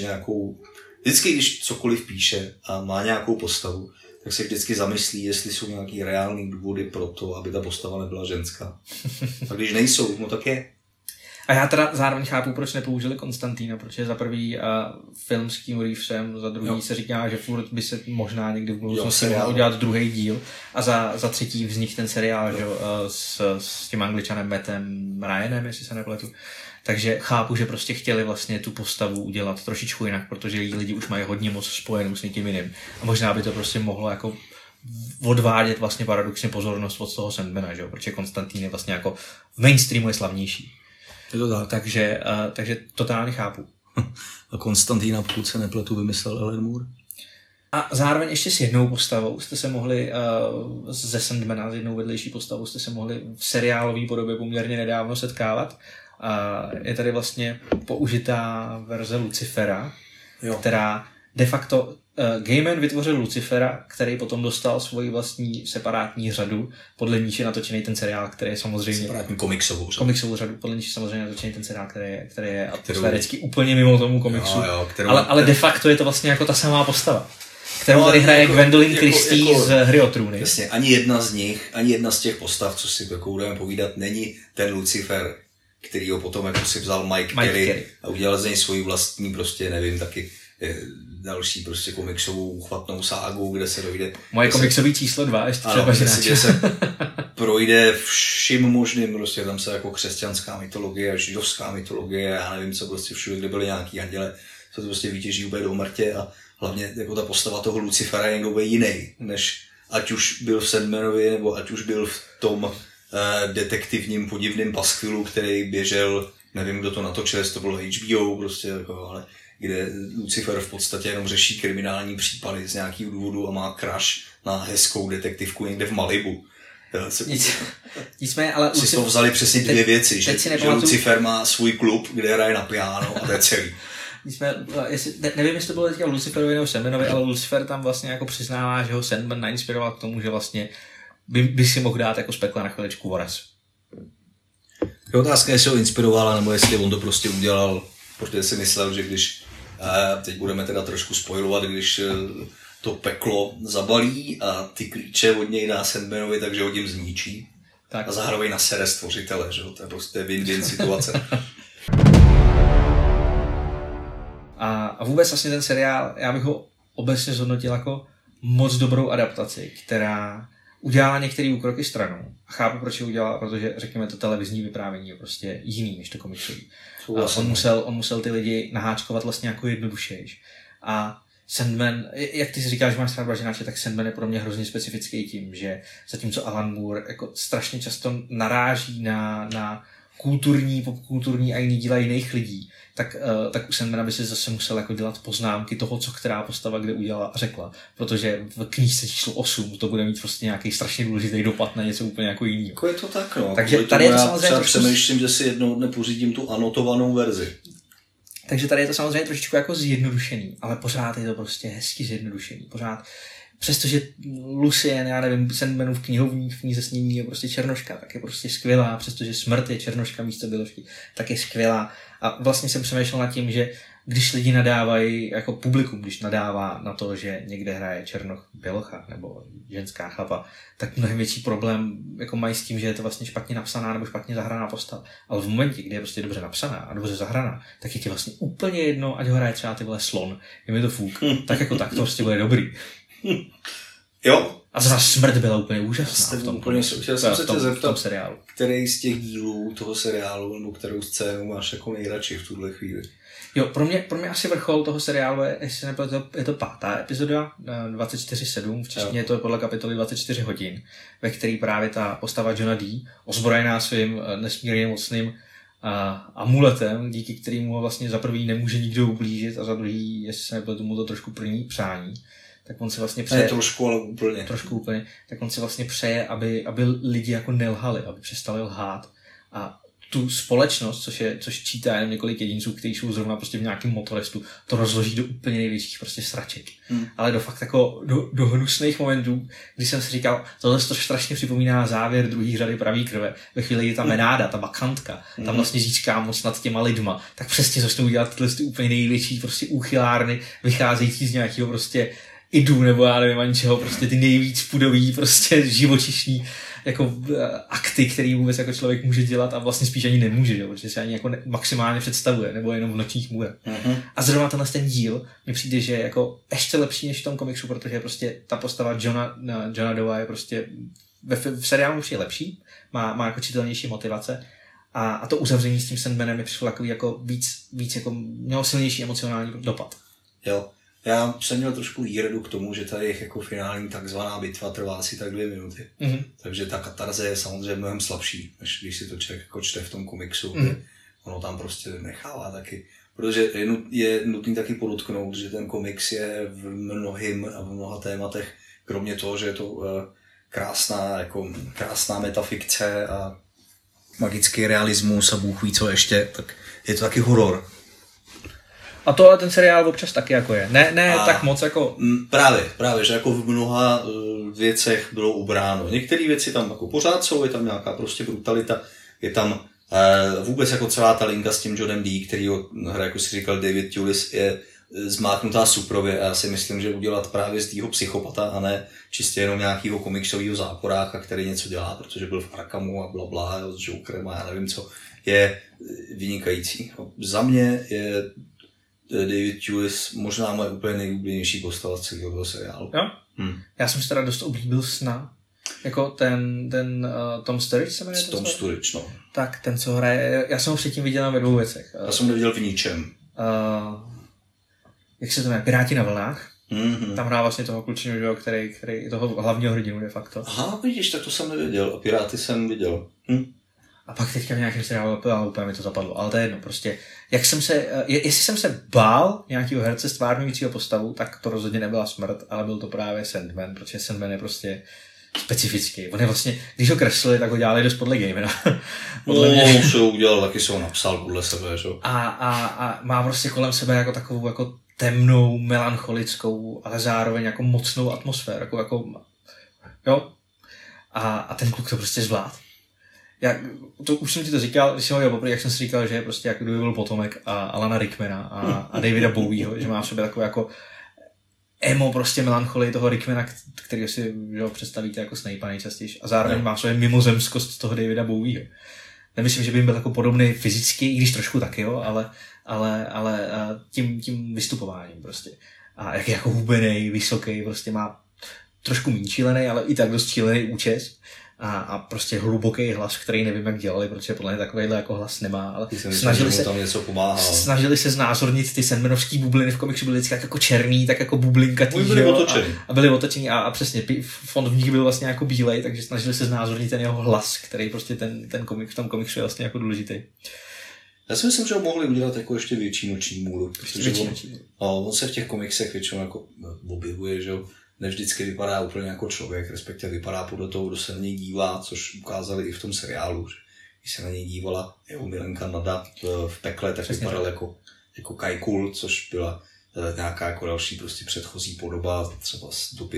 když cokoliv píše a má nějakou postavu, tak se vždycky zamyslí, jestli jsou nějaký reální důvody pro to, aby ta postava nebyla ženská. A když nejsou, no tak je. A já teda zároveň chápu, proč nepoužili Konstantína, protože za prvý film s Keanu Reevesem, za druhý se říká, že furt by se možná někdy v budoucnosti mohl udělat druhý díl a za třetí vznikl ten seriál že, s tím Angličanem Mattem Ryanem, jestli se nepletu. Takže chápu, že prostě chtěli vlastně tu postavu udělat trošičku jinak, protože lidi už mají hodně moc spojenou s někým jiným. A možná by to prostě mohlo jako odvádět vlastně paradoxně pozornost od toho Sandmana, že jo? Protože Konstantín je vlastně jako v mainstreamu je slavnější. Je to tak. Takže totálně chápu. A Konstantína, pokud se nepletu, vymyslel Alan Moore. A zároveň ještě s jednou postavou jste se mohli, ze Sandmana, s jednou vedlejší postavou jste se mohli v seriálové podobě poměrně nedávno setkávat. Je tady vlastně použitá verze Lucifera, která de facto Gaiman vytvořil Lucifera, který potom dostal svoji vlastní separátní řadu, podle níž je natočený ten seriál, který je samozřejmě... Separátní komiksovou řadu, podle níž je samozřejmě natočený ten seriál, který je atmosféricky úplně mimo tomu komiksu. Ale de facto je to vlastně jako ta samá postava, kterou tady hraje jako, Gwendolyn Christie z Hry o trůny. Jasně, ani jedna z těch postav, co si jako budeme povídat, není ten Lucifer, který ho potom jako si vzal Mike Carey a udělal z něj svoji vlastní, prostě nevím, taky další prostě komiksovou uchvatnou ságu, kde se dojde... Moje komiksový číslo 2 ještě třeba kde se projde vším možným, prostě tam se jako křesťanská mytologie, židovská mytologie, já nevím co, prostě všude, kde byly nějaký anděle, se to prostě vytěží úplně do mrtě a hlavně jako ta postava toho Lucifera je někdo jiný, než ať už byl v Sandmanovi, nebo ať už byl v tom detektivním podivným paskvilu, který běžel, nevím, kdo to natočil, to bylo HBO, prostě jako, ale kde Lucifer v podstatě jenom řeší kriminální případy z nějakého důvodu a má crush na hezkou detektivku někde v Malibu. Nicméně, ale si to vzali přesně dvě věci, že Lucifer má svůj klub, kde hraje na piano a to je celý. Nevím, jestli to bylo teďka Luciferovi nebo Sandmanovi, ale Lucifer tam vlastně jako přiznává, že ho Sandman nainspiroval k tomu, že vlastně by si mohl dát jako z pekla na chviličku voraz. Je otázka, jestli ho inspirovala, nebo jestli on to prostě udělal, protože si myslel, že když, teď budeme teda trošku spoilovat, když to peklo zabalí a ty klíče od něj dá Sandmanovi, takže ho tím zničí. Tak. A zároveň na sere stvořitele, že? To je prostě win-win situace. A vůbec vlastně ten seriál, já bych ho obecně zhodnotil jako moc dobrou adaptaci, která udělala některé úkroky stranou. A chápu, proč je udělala, protože řekněme to televizní vyprávění je prostě jiný než to komiksový. On musel ty lidi naháčkovat vlastně jako jednodušejš. A Sandman, jak ty si říkáš, že máš rád Blaženáče, tak Sandman je pro mě hrozně specifický tím, že zatímco Alan Moore jako strašně často naráží na popkulturní a jiný díla jiných lidí, tak u Sandmana by si zase musel jako dělat poznámky toho, co která postava kde udělala a řekla. Protože v knížce číslo 8 to bude mít prostě nějaký strašně důležitý dopad na něco úplně jako jiný. Jako je to tak, no. Takže tady je to samozřejmě trošku... přemýšlím, že si jednou dne pořídím tu anotovanou verzi. Takže tady je to samozřejmě trošičku jako zjednodušený, ale pořád je to prostě hezky zjednodušený. Pořád přestože Lucien, já nevím, Sandmanův knihovník v knize Snění je prostě černoška, tak je prostě skvělá, přestože smrt je černoška místo běložky, tak je skvělá. A vlastně jsem přemýšlel nad tím, že když lidi nadávají, jako publikum, když nadává na to, že někde hraje černoch bělocha nebo ženská chlapa, tak mnohem větší problém jako mají s tím, že je to vlastně špatně napsaná nebo špatně zahraná postava. Ale v momentě, kdy je prostě dobře napsaná a dobře zahraná, tak je ti vlastně úplně jedno, ať ho hraje třeba ty vole slon, je mi to fuk, tak jako tak to prostě bude dobrý. Jo. A zrovna smrt byla úplně úžasná v tom, úplně chtěl jsem se tě zeptat, seriálu. Který z těch dílů toho seriálu, nebo kterou scénu máš jako nejradši v tuhle chvíli? Jo, pro mě asi vrchol toho seriálu je, jestli nepletu, je to 5. epizoda, 24/7, v češtině je to podle kapitoly 24 hodin, ve který právě ta postava Johna D., ozbrojená svým nesmírně mocným amuletem, díky kterému ho vlastně za prvý nemůže nikdo ublížit a za druhý, jestli se nepletu, mu to trošku plní přání. Tak on si vlastně přeje... Ne, trošku, ale úplně. Trošku úplně. Tak on si vlastně přeje, aby lidi jako nelhali, aby přestali lhát. A tu společnost, což čítá jenom několik jedinců, kteří jsou zrovna prostě v nějakém motorestu, to rozloží do úplně největších prostě sraček. Ale do fakt jako do hnusných momentů, kdy jsem si říkal, tohle to strašně připomíná závěr druhé řady Pravý krve. Ve chvíli, kdy ta Menáda, ta bakantka, tam vlastně získá moc nad těma lidma, tak přesně začnou dělat tyhle úplně největší prostě úchylárny, vycházející z nějakého prostě idu, nebo já nevím ani čeho, prostě ty nejvíc pudový, prostě živočišní jako akty, který vůbec jako člověk může dělat a vlastně spíš ani nemůže, jo, protože se ani jako maximálně představuje, nebo jenom v nočních může. A zrovna ten díl mi přijde, že je jako ještě lepší než v tom komiksu, protože prostě ta postava Johna Doe je prostě v seriálu už je lepší, má jako čitelnější motivace a to uzavření s tím Sandmanem mi přišlo takový jako víc jako mělo silnější emocionální dopad. Jo. Já jsem měl trošku výhradu k tomu, že tady jako finální takzvaná bitva trvá asi tak 2 minuty. Takže ta katarze je samozřejmě mnohem slabší, než když si to člověk jako čte v tom komiksu. Ono tam prostě nechává taky. Protože je nutný taky podotknout, že ten komiks je v mnoha tématech, kromě toho, že je to krásná metafikce a magický realismus a Bůh ví co ještě, tak je to taky horor. A to ale ten seriál občas taky jako je. Ne tak moc jako... Právě, že jako v mnoha věcech bylo ubráno. Některé věci tam jako pořád jsou, je tam nějaká prostě brutalita, je tam vůbec jako celá ta linka s tím Johnem D., který ho hraje, jako si říkal David Thewlis, je zmáknutá suprově a já si myslím, že udělat právě z tého psychopata a ne čistě jenom nějakého komiksového záporáka, který něco dělá, protože byl v Arkhamu a blablabla, s Jokerem a já nevím co, je vynikající. Za mě je David Thewlis možná moje úplně nejoblíbenější postava z celého toho seriálu. Jo? Já jsem si teda dost oblíbil Sna. Jako ten Tom Sturridge se jmenuje? Tom Sturridge, no. Tak, ten, co hraje, já jsem ho předtím viděl ve 2 věcech. Já jsem ho viděl v ničem. Jak se to jmenuje? Piráti na vlnách. Tam hrál vlastně toho klučinu, který toho hlavního hrdinu de facto. Aha, vidíš, tak to jsem nevěděl. A Piráty jsem viděl. A pak teďka v nějakém seriálu úplně mi to zapadlo. Ale to je jedno, prostě. Jestli jsem se bál nějakého herce stvárňujícího postavu, tak to rozhodně nebyla smrt, ale byl to právě Sandman, protože Sandman je prostě specifický. On je vlastně, když ho kreslili, tak ho dělali dost podle Gamera. On se ho udělal, taky se ho napsal podle sebe, že? A má prostě kolem sebe jako takovou jako temnou, melancholickou, ale zároveň jako mocnou atmosféru. Jo? A ten kluk to prostě zvlád. Už jsem ti to říkal, když jsem ho jel poprvé, jak jsem si říkal, že je prostě jako kdyby byl potomek Alana Rickmana a Davida Bowieho, že má v sobě takové jako emo prostě melancholii toho Rickmana, který si představíte jako Snape'a nejčastěji a zároveň má v sobě mimozemskost toho Davida Bowieho. Nemyslím, že by jim byl jako podobný fyzicky, i když trošku taky, jo, ale tím vystupováním prostě. A jak je jako hubenej, vysoký, prostě má trošku méně šílený, ale i tak dost šílený účes. A prostě hluboký hlas, který nevím, jak dělali, protože podle mě takovýhle jako hlas nemá, ale snažili se znázornit ty Sandmanovský bubliny v komiksu, byly vždycky jako černý, tak jako bublinkatý, a byly otočený a přesně fond v nich byl vlastně jako bílej, takže snažili se znázornit ten jeho hlas, který prostě ten komik v tom komiksu je vlastně jako důležitý. Já si myslím, že ho mohli udělat jako ještě větší noční můru, protože on se v těch komiksech většinou jako objevuje, že jo. Nevždycky vypadá úplně jako člověk, respektive vypadá podle toho, kdo se na něj dívá, což ukázali i v tom seriálu, že když se na něj dívala jeho milenka Nada v Pekle, tak vypadal jako Kajkul, což byla nějaká jako další prostě předchozí podoba, třeba z doby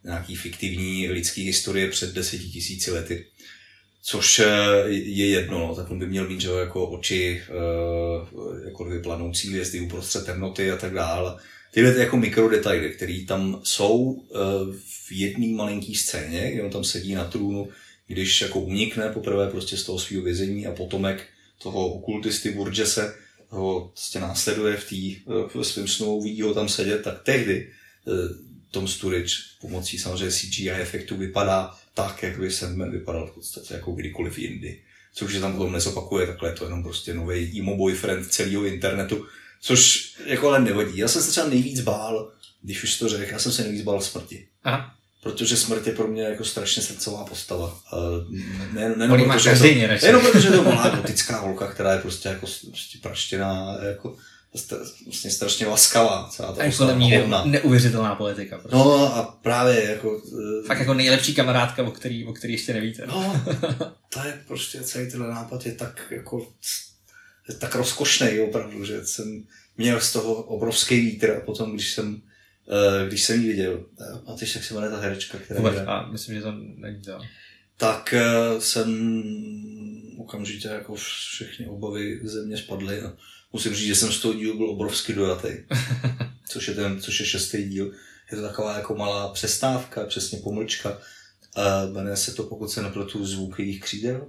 nějaký fiktivní lidský historie před 10 000 lety. Což je jedno, no, tak on by měl mít, že jako oči, jako dvě planoucí hvězdy uprostřed temnoty a tak dále. Tyhle ty jako mikrodetaily, které tam jsou v jedné malinký scéně, kdy on tam sedí na trůnu, když jako unikne poprvé prostě z toho svého vězení a potomek toho okultisty Burgesse ho prostě následuje v svém snu, vidí ho tam sedět, tak tehdy Tom Sturridge pomocí samozřejmě CGI efektu vypadá tak, jak by Sandman vypadal v podstatě jako kdykoliv jindy. Což se tam potom nezopakuje, takhle je to jenom prostě nový emo boyfriend celého internetu, což jako ale nevadí. Já jsem se třeba nejvíc bál, když už to řekl, já jsem se nejvíc bál smrti. Aha. Protože smrt je pro mě jako strašně srdcová postava. Nejenom protože je to malá gotická holka, která je prostě jako praštěná, jako vlastně strašně laskavá. A jako neuvěřitelná politika. Prostě. No a právě jako... Fakt jako nejlepší kamarádka, o který ještě nevíte. No, to je prostě celý tenhle nápad je tak jako... Je tak rozkošnej opravdu, že jsem měl z toho obrovský vítr a potom, když jsem ji viděl, a teď jak se jmenuje ta herečka, která je... A myslím, že to není to. Tak jsem okamžitě jako všechny obavy ze mě spadly a musím říct, že jsem z toho dílu byl obrovsky dojatý. což je 6. díl. Je to taková jako malá přestávka, přesně pomlčka. Jmenuje se to, pokud se nepletu, Zvuk jejich křídel.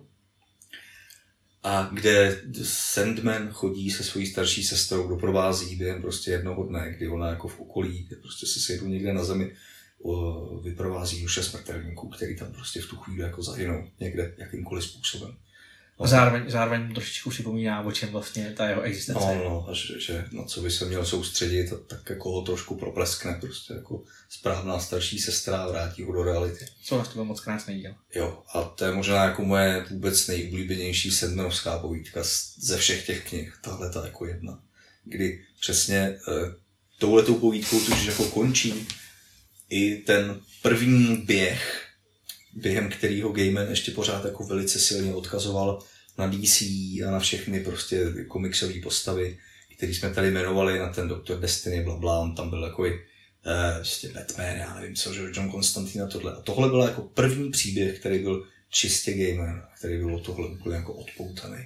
A kde Sandman chodí se svojí starší sestrou, doprovází během prostě jednoho dne, kdy ona jako v okolí, kde prostě se sejdou někde na zemi, vyprovází duše smrtelníků, který tam prostě v tu chvíli jako zahynou někde jakýmkoliv způsobem. No. Zároveň trošičku připomíná, o čem vlastně ta jeho existence. No, že na co by se měl soustředit, tak jako ho trošku propleskne, prostě jako správná starší sestra vrátí ho do reality. Co to byl moc krásný díl. Jo, a to je možná jako moje vůbec nejoblíbenější Sandmanovská povídka ze všech těch knih, tahle ta jako jedna. Kdy přesně touhletou povídkou totiž jako končí i ten první běh, během kterého Gaiman ještě pořád jako velice silně odkazoval na DC a na všechny prostě komiksové postavy, který jsme tady jmenovali, na ten Dr. Destiny, blablabla, on tam byl takový prostě Batman, já nevím co, že John Constantine a tohle. A tohle byl jako první příběh, který byl čistě Gaiman, který byl od tohle úplně jako odpoutaný.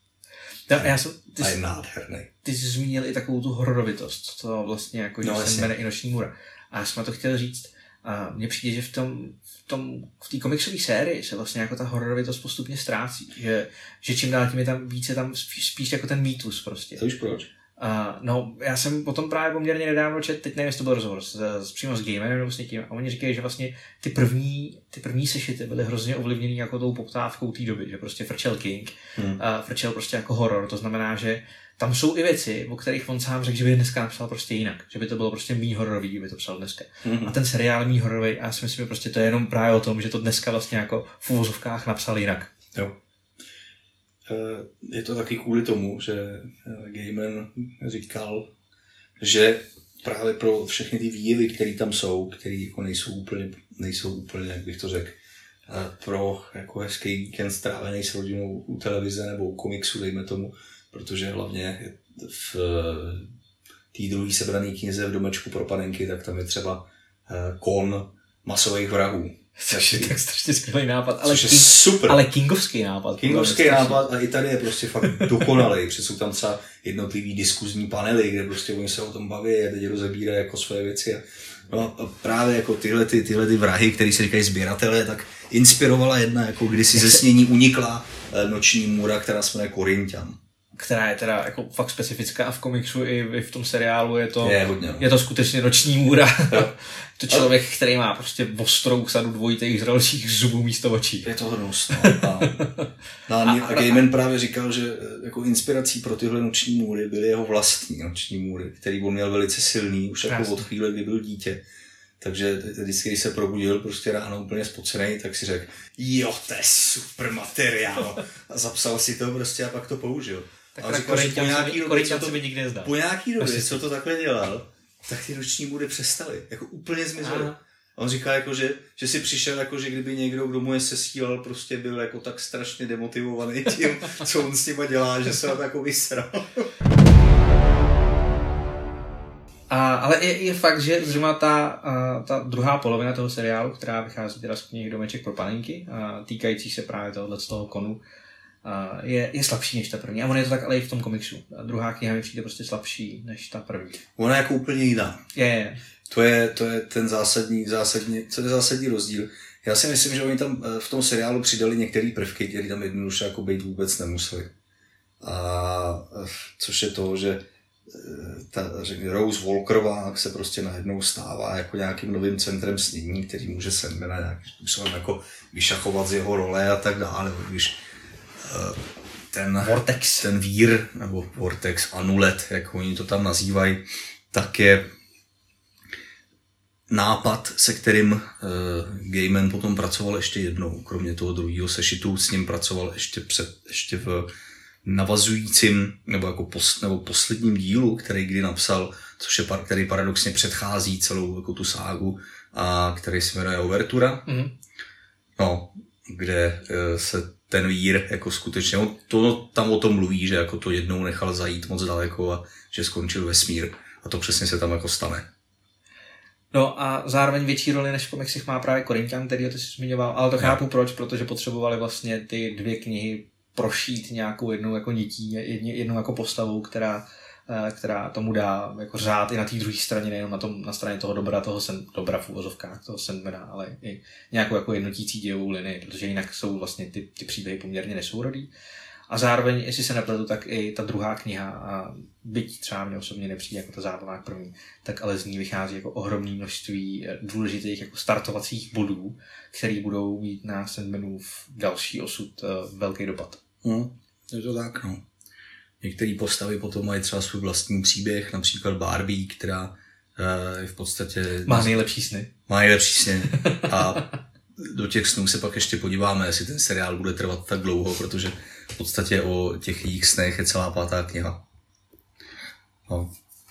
A je nádherný. Ty jsi zmínil i takovou tu hororovitost, to vlastně jako, že se jmenuje i Noční můra. A já jsem to chtěl říct, a mně přijde, že v té komiksové sérii se vlastně jako ta hororovitost postupně ztrácí, že čím dál tím je tam více tam spíš jako ten mýtus prostě. To už proč? No, já jsem potom právě poměrně nedávno četl, teď nevím, jestli to byl rozhovor přímo s Gaimanem nebo s někým, a oni říkají, že vlastně ty první sešity byly hrozně ovlivněný jako tou poptávkou té doby, že prostě frčel King, frčel prostě jako horor, to znamená, že tam jsou i věci, o kterých on sám řekl, že by dneska napsal prostě jinak, že by to bylo prostě míň hororový, kdyby to psal dneska. A ten seriál míň hororový, já si myslím, že prostě to je jenom právě o tom, že to dneska vlastně jako v uvozovkách napsal jinak. Jo. Je to taky kvůli tomu, že Gaiman říkal, že právě pro všechny ty výjevy, které tam jsou, které jako nejsou úplně, jak bych to řekl, pro jako hezký víkend strávený s rodinou u televize nebo u komiksu, dejme tomu, protože hlavně v té druhé sebrané knize v Domečku pro panenky, tak tam je třeba kon masových vrahů. Což je tak strašně skvělý nápad, super. Ale kingovský nápad. Kingovský nápad a i tady je prostě fakt dokonalý. Protože jsou tam třeba jednotlivý diskuzní panely, kde prostě oni se o tom baví a teď rozebírají jako své věci. No a právě jako tyhle ty vrahy, které se říkají sběratelé, tak inspirovala jedna, jako kdysi ze snění unikla Noční můra, která se jmenuje Korinťan. Která je teda jako fakt specifická v komiksu i v tom seriálu je to skutečně Noční můra. To člověk, který má prostě ostrou sadu dvojitých žralčích zubů místo očí. Je to hnus. A Gaiman právě říkal, že jako inspirací pro tyhle noční můry byly jeho vlastní noční můry, který on měl velice silný už jako od chvíle, kdy byl dítě. Takže vždycky, když se probudil prostě ráno úplně spocenej, tak si řekl, jo, to je super materiál. A zapsal si to prostě a pak to použil. Tak a říkal, že po nějaký době, co to takhle dělal, tak ty noční můry přestaly, jako úplně zmizely. On říká, jako, že si přišel, jako, že kdyby někdo, kdo mu je sesílal, prostě byl jako tak strašně demotivovaný tím, co on s nima dělá, že se na to jako vysral. Ale je fakt, že zřejmě ta druhá polovina toho seriálu, která vychází teda z knihy Domeček pro panenky, týkající se právě tohohle z toho konu, je slabší než ta první. A on je to tak ale i v tom komiksu. A druhá kniha mi přijde prostě slabší než ta první. Ona je jako úplně jiná. Je. To je ten zásadní rozdíl. Já si myslím, že oni tam v tom seriálu přidali některé prvky, které tam jednoduše jako být vůbec nemuseli. A což je to, že Rose Walkerová se prostě najednou stává jako nějakým novým centrem snění, který může Sandmana nějakým způsobem jako vyšachovat z jeho role a tak dále. Když ten vír, nebo vortex, anulet, jak oni to tam nazývají, tak je nápad, se kterým Gaiman potom pracoval ještě jednou. Kromě toho druhého sešitu s ním pracoval ještě v navazujícím nebo posledním dílu, který kdy napsal, který paradoxně předchází celou jako tu ságu, a který se jmenuje Overtura. Mm-hmm. No, kde se ten vír jako skutečně, tam o tom mluví, že jako to jednou nechal zajít moc daleko a že skončil vesmír. A to přesně se tam jako stane. No a zároveň větší roli než v komiksech má právě Korinťan, který ty jsi zmiňoval, ale to chápu proč, protože potřebovali vlastně ty dvě knihy prošít nějakou jednou jako nití, jednou jako postavou, která tomu dá jako řád i na té druhé straně, nejenom na straně toho dobra v uvozovkách, toho Sandmana, ale i nějakou jako jednotící dějovou linii, protože jinak jsou vlastně ty příběhy poměrně nesourodý. A zároveň, jestli se nepletu, tak i ta druhá kniha, a byť třeba mě osobně nepřijde jako ta zábavák první, tak ale z ní vychází jako ohromné množství důležitých jako startovacích bodů, který budou mít na Sandmanův další osud velký dopad. Je to tak, no. Některé postavy potom mají třeba svůj vlastní příběh, například Barbie, která je v podstatě... Má nejlepší sny. A do těch snů se pak ještě podíváme, jestli ten seriál bude trvat tak dlouho, protože v podstatě o těch jejich snech je celá 5. kniha. No.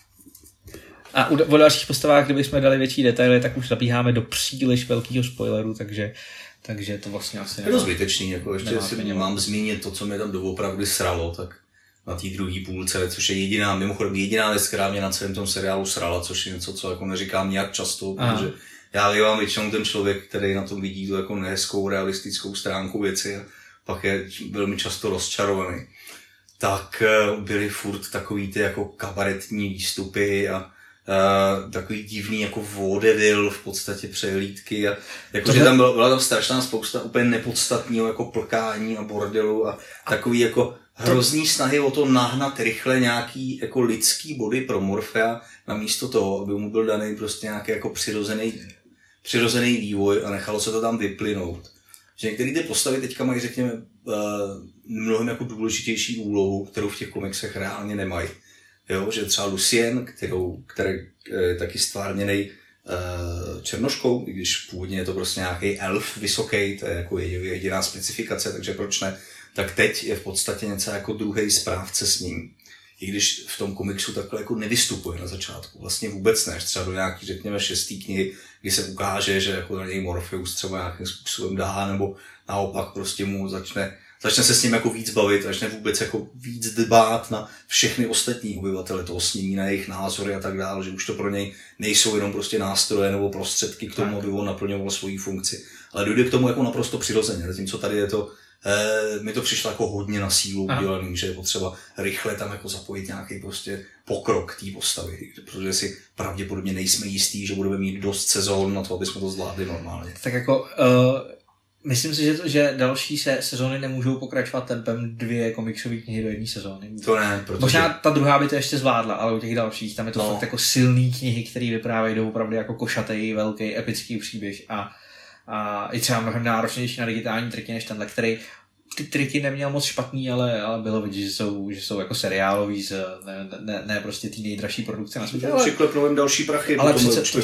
A o dalších postavách, kdybychom dali větší detaily, tak už zabíháme do příliš velkého spoileru, takže to vlastně asi je to zbytečný, jako ještě si mám zmínit to, co mě tam doopravdy sralo, tak na té druhé půlce, což je jediná věc, která mě na celém tom seriálu srala, což je něco, co jako neříkám nějak často, protože já bývám většinou ten člověk, který na tom vidí tu jako nehezkou, realistickou stránku věci a pak je velmi často rozčarovaný. Tak byly furt takový ty jako kabaretní výstupy a takový divný jako vaudeville v podstatě přehlídky a jakože tam byla tam strašná spousta úplně nepodstatného jako plkání a bordelu a takový jako hrozný snahy o to nahnat rychle nějaký jako lidský body pro Morfea namísto toho, aby mu byl daný prostě nějaký jako přirozený vývoj a nechalo se to tam vyplynout. Že některé ty postavy teďka mají, řekněme, mnohem jako důležitější úlohu, kterou v těch komiksech reálně nemají. Jo, že třeba Lucien, který je taky stvárněnej černoškou, i když původně je to prostě nějaký elf vysoký, to je jako jediná specifikace, takže proč ne, tak teď je v podstatě něco jako druhý správce s ním. I když v tom komiksu takhle jako nevystupuje na začátku, vlastně vůbec ne, třeba do nějaký, řekněme, 6. knihy, kdy se ukáže, že jako na něj Morpheus třeba nějakým způsobem dá, nebo naopak prostě mu začne se s ním jako víc bavit, začne vůbec jako víc dbát na všechny ostatní obyvatele toho snění, na jejich názory a tak dále, že už to pro něj nejsou jenom prostě nástroje nebo prostředky k tomu, aby on naplňoval svoji funkci. Ale dojde k tomu jako naprosto přirozeně, zatímco tady je to, mi to přišlo jako hodně na sílu udělaný, že je potřeba rychle tam jako zapojit nějaký prostě pokrok té postavy, protože si pravděpodobně nejsme jistí, že budeme mít dost sezón na to, aby jsme to zvládli normálně. Tak jako... Myslím si, že další sezóny nemůžou pokračovat tempem 2 komiksové knihy do 1 sezóny. To ne, protože... Možná ta druhá by to ještě zvládla, ale u těch dalších tam je to fakt jako silný knihy, které vyprávějí do opravdu jako košatý, velký, epický příběh a i třeba mnohem náročnější na digitální triky než tenhle, který ty triky neměl moc špatný, ale bylo vidět, že jsou jako seriálový, ne prostě ty nejdražší produkce na světě. Přiklepnou další prachy. Ale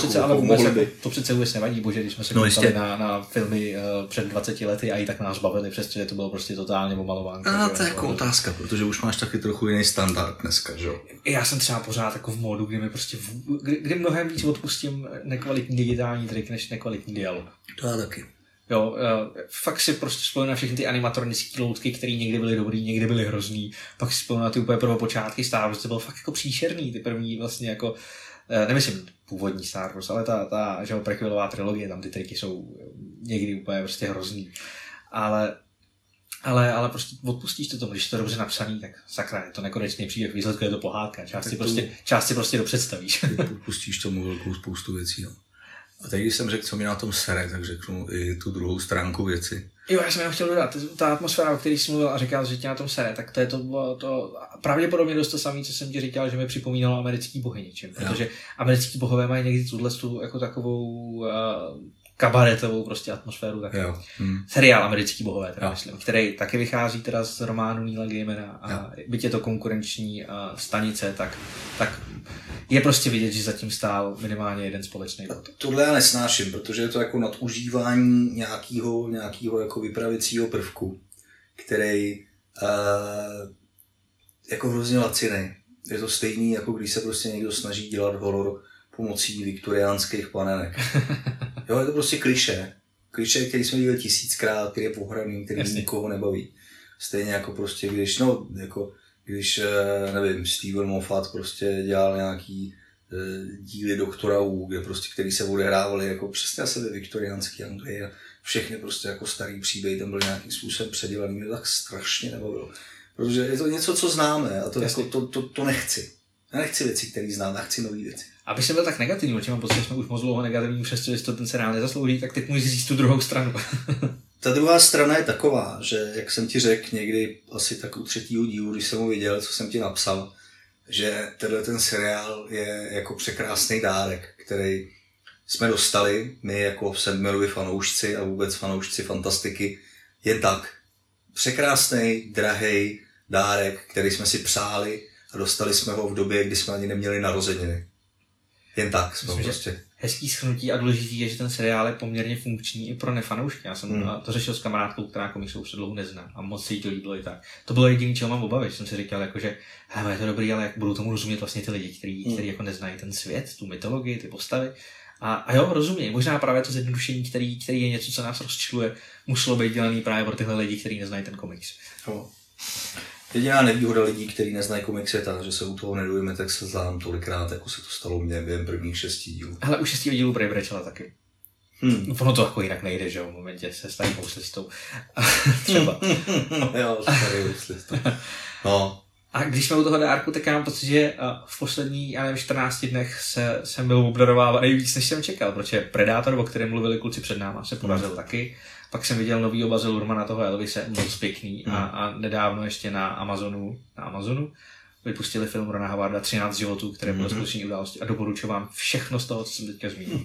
to přece vůbec nevadí, bože, když jsme se koukali na filmy před 20 lety a i tak nás bavili, přestože to bylo prostě totálně omalovánka. To je jako otázka, protože už máš taky trochu jiný standard dneska, že jo? Já jsem třeba pořád jako v módu, kdy mnohem víc odpustím nekvalitní digitální trik, než nekvalitní dialog. To já taky. Jo, fakt si prostě spojím na všechny ty animatronické loutky, které někdy byly dobrý, někdy byly hrozný. Pak si spojím na ty úplně prvopočátky Star Wars, to bylo fakt jako příšerný, ty první vlastně jako nemyslím původní Star Wars, ale ta že prequelová trilogie, tam ty triky jsou někdy úplně prostě hrozný. Ale prostě odpustíš to tomu, když je to dobře napsaný, tak sakra, je to nekonečný příběh, výsledku je to pohádka, část si prostě dopředstavíš. Odpustíš tomu velkou spoustu věcí, no. A teď, když jsem řekl, co mi na tom sere, tak řeknu i tu druhou stránku věci. Jo, já jsem jenom chtěl dodat, ta atmosféra, o které jsi mluvil a říkal, že tě na tom sere, tak to je to pravděpodobně dost to samé, co jsem ti říkal, že mi připomínalo americký bohy něčím, protože americký bohové mají někdy tuhle jako takovou kabaretovou prostě atmosféru, tak seriál Americký bohové, teda myslím, který taky vychází teda z románu Neila Gaimana a byť je to konkurenční stanice, tak je prostě vidět, že zatím stál minimálně jeden společný bod. Tohle já nesnáším, protože je to jako nadužívání nějakého jako vypravicího prvku, který jako hrozně lacinej. Je to stejný, jako když se prostě někdo snaží dělat horor pomocí viktoriánských panenek. Jo, je to prostě klišé. Klišé, který jsme viděli 1000krát, který je pohraný, který nikoho nebaví. Stejně jako prostě, když nevím, Steven Moffat prostě dělal nějaký díly Doktora Who, kde prostě, který se odehrávaly jako přesně asi ve viktoriánské Anglii a všechny prostě jako starý příběhy tam byly nějakým způsobem předělaný. Mě to tak strašně nebavilo. Protože je to něco, co známe a to, jako, to nechci. Já nechci věci, které znám, já chci nové věci. Aby jsem byl tak negativní, protože mám pocit, že jsme už moc dlouho negativní, přestože to ten seriál nezaslouží, tak teď můžeš říct tu druhou stranu. Ta druhá strana je taková, že jak jsem ti řekl někdy asi tak u 3. dílu, když jsem ho viděl, co jsem ti napsal, že ten seriál je jako překrásný dárek, který jsme dostali, my jako Sandmanovi fanoušci a vůbec fanoušci fantastiky, jen tak. Překrásný, drahej dárek, který jsme si přáli a dostali jsme ho v době, kdy jsme ani neměli narozeniny. Jen tak jsme myslím, prostě. Hezký shrnutí a důležitý je, že ten seriál je poměrně funkční i pro nefanoušky. Já jsem to řešil s kamarádkou, která komiksovou předlohu nezná a moc se jí to líbilo i tak. To bylo jediné, čeho mám obavy. Jsem si říkal, jako, že je to dobrý, ale jak budou tomu rozumět vlastně ty lidi, kteří jako neznají ten svět, tu mytologii, ty postavy. A jo, rozumějí. Možná právě to zjednodušení, který je něco, co nás rozčiluje, muselo být dělaný právě pro tyhle lidi, kteří neznají ten komiks. No. Jediná nevýhoda lidí, kteří neznají komiks, je ta, že se u toho nedojíme tak se zlám tolikrát, jako se to stalo mně během prvních 6 dílů. Hele, u 6 dílů brečela taky. Ono to jako jinak nejde, že jo, v momentě se staví houslistou. Třeba. Jo, starý houslistou. No. A když jsme u toho dárku, tak já mám pocit, že v posledních, 14 dnech jsem byl obdarovávaný víc, než jsem čekal, protože Predátor, o kterém mluvili kluci před náma, se podařil taky. Pak jsem viděl novýho Baze Lurmana, toho Elvise, moc pěkný. A nedávno ještě na Amazonu vypustili film Rona Howarda 13 životů, které byly skutečné události a doporučuji vám všechno z toho, co jsem teďka zmínil.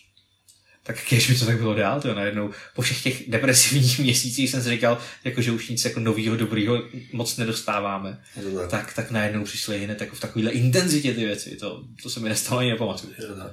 Tak kež by to tak bylo dál, to najednou po všech těch depresivních měsících jsem si říkal, jako, že už nic jako novýho, dobrýho moc nedostáváme. Tak najednou přišly hned jako v takovéhle intenzitě ty věci, to se mi nestalo ani nepamatuju.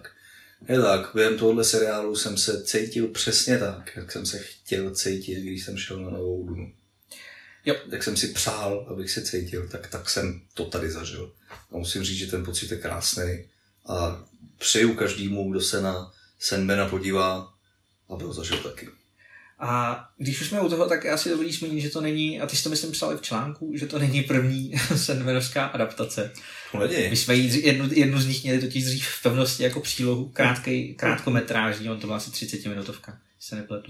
Je tak, během tohohle seriálu jsem se cítil přesně tak, jak jsem se chtěl cítit, když jsem šel na Novou Dunu. Jo. Jak jsem si přál, abych se cítil, tak jsem to tady zažil. A musím říct, že ten pocit je krásný a přeju každému, kdo se na Sandmana podívá, aby ho zažil taky. A když už jsme u toho, tak já si dovolím zmínit, že to není, a ty jsi to myslím psal i v článku, že to není první Sandmanovská adaptace. My jsme jednu z nich měli totiž dřív v pevnosti jako přílohu, krátkometrážní, on to byla asi 30-minutovka, se nepletu.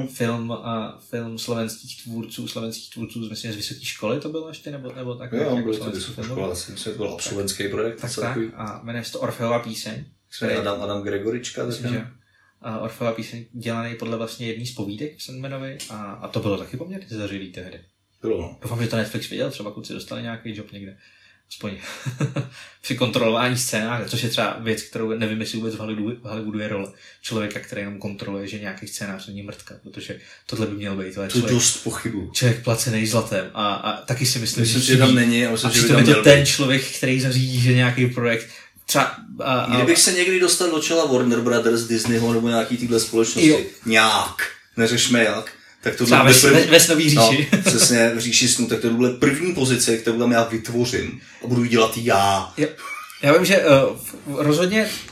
Film slovenských tvůrců, myslím, z vysoké školy to bylo ještě, nebo tak? Jo, bylo to vysoká škola, myslím, že to byl absolventský projekt. Tak, a jmenuje se to Orfeova píseň. Adam Gregorička. Orfeova píseň dělaný podle vlastně jedný z povídek Sandmanovi a to bylo taky poměrně zařilý tehdy. Bylo, no. Doufám, že to Netflix viděl, třeba kluci dostali nějaký job někde. Aspoň při kontrolování scénáře, což je třeba věc, kterou nevím, jestli vůbec v Hollywoodu je role člověka, který jenom kontroluje, že nějaký scénář není mrtka, protože tohle by měl být. To dost pochybu. Člověk placený zlatem a taky si myslím, že tam není. A že tam byl ten člověk, který zařídí, že nějaký projekt kdybych se někdy dostal do čela Warner Brothers, Disneyho nebo nějaký tyhle společnosti, nějak, neřešme jak, tak to třeba ve snový říši. No, přesně, v říši snu, tak to bude první pozice, kterou tam já vytvořím a budu ji dělat já. Já vím, že rozhodně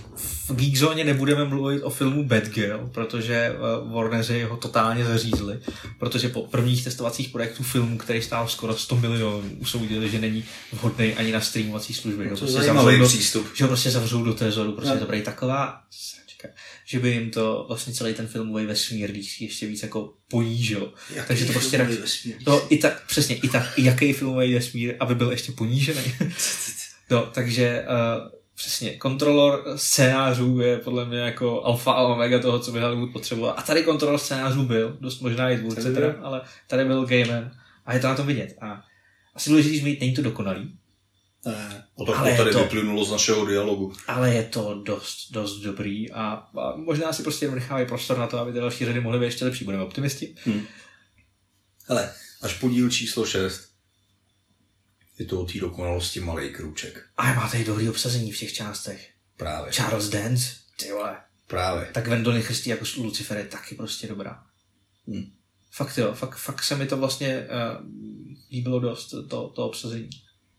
v Geekzóně nebudeme mluvit o filmu Bad Girl, protože Warneri ho totálně zařízli, protože po prvních testovacích projektů filmu, který stál skoro 100 milionů, usoudili, že není vhodný ani na streamovací služby. To je zajímavý přístup. Že ho prostě zavřou do trezoru, prostě to bude taková sračka, že by jim to vlastně celý ten filmový vesmír ještě víc jako ponížil. Takže to prostě přesně, i jaký filmový vesmír, aby byl ještě ponížený. No, takže přesně, kontrolor scénářů je podle mě jako alfa a omega toho, co by Hollywood potřeboval. A tady kontrolor scénářů byl, dost možná i tvůrce teda, ale tady byl Gaiman a je to na tom vidět. A asi důležitý zmínit, není to dokonalý. To tady vyplynulo z našeho dialogu. Ale je to dost dobrý a možná si prostě nechávají prostor na to, aby ty další řady mohly být ještě lepší. Budeme optimisti. Hele, až po díl číslo 6 je to o té dokonalosti malej krůček. A má tady dobrý obsazení v těch částech. Právě. Charles Dance, ty vole. Právě. Tak Gwendolyn Christie jako Lucifer je taky prostě dobrá. Fakt jo, fakt se mi to vlastně líbilo dost, to obsazení.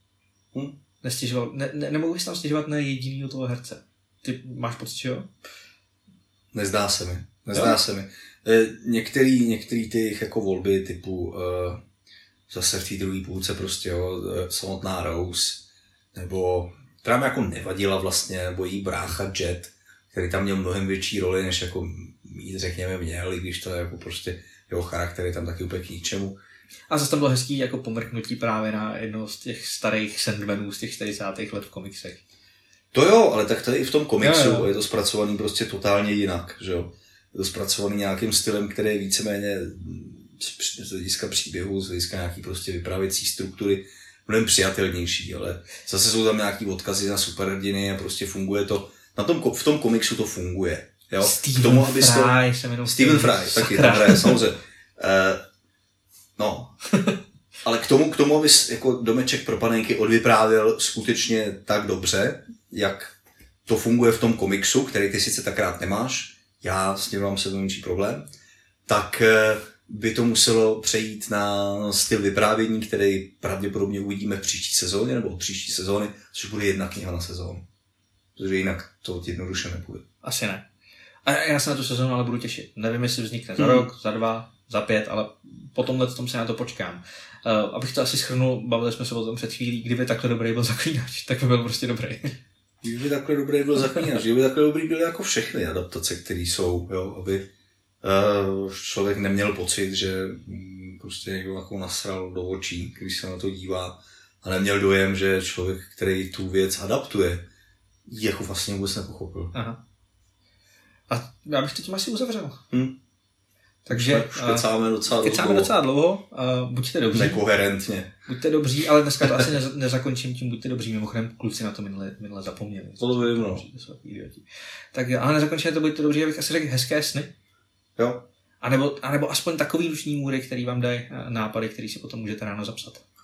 Nemohu bys tam stěžovat na jedinýho toho herce. Ty máš pocit, že jo? Nezdá se mi. Některý ty jako volby typu zase v té druhé půlce prostě samotná Rose, nebo která mi jako nevadila vlastně, nebo jí brácha Jet, který tam měl mnohem větší roli, než jako mít, řekněme, měl, i když to je jako prostě jeho charakter je tam taky úplně k ničemu. A zase tam bylo hezký jako pomrknutí právě na jedno z těch starých Sandmanů z těch 40. let v komiksech. To jo, ale tak tady i v tom komiksu je to zpracovaný prostě totálně jinak, že jo. Je to zpracovaný nějakým stylem, který je víceméně z hlediska příběhu, z hlediska nějaký prostě vyprávěcí struktury mnohem přijatelnější, ale zase jsou tam nějaký odkazy na superhrdiny a prostě funguje to, v tom komiksu to funguje. Jo? Stephen Fry taky tam hraje, samozřejmě. Ale k tomu, abys jako Domeček pro panenky odvyprávěl skutečně tak dobře, jak to funguje v tom komiksu, který ty sice tak rád nemáš, já s tím mám menší problém, tak by to muselo přejít na styl vyprávění, který pravděpodobně uvidíme v příští sezóně, nebo od příští sezóny, což bude jedna kniha na sezónu. Protože jinak to jednoduše nepůjde. Asi ne. A já se na tu sezónu ale budu těšit. Nevím, jestli vznikne za rok, za 2, za 5, ale po tomhle tom se na to počkám. Abych to asi shrnul, bavili jsme se o tom před chvílí, kdyby takhle dobrý byl Zaklínač, tak by byl prostě dobrý. Kdyby takhle dobrý byl Zaklínač, kdyby takhle dobrý byly jako všechny adaptace, které jsou, jo, aby člověk neměl pocit, že prostě někdo jako nasral do očí, když se na to dívá, a neměl dojem, že člověk, který tu věc adaptuje, jako vlastně vůbec nepochopil. Aha. A já bych to tím asi uzavřel. Takže kecáme docela dlouho. Buďte dobří. Nekoherentně. Buďte dobří, ale dneska to asi nezakončím tím buďte dobří. Mimochodem kluci na to minule zapomněli. To vím, no. Tak ale nezakončíme to buďte dobří, abych asi řekl hezké sny. Jo. A nebo aspoň takový ruční můry, který vám dají nápady, který si potom můžete ráno zapsat.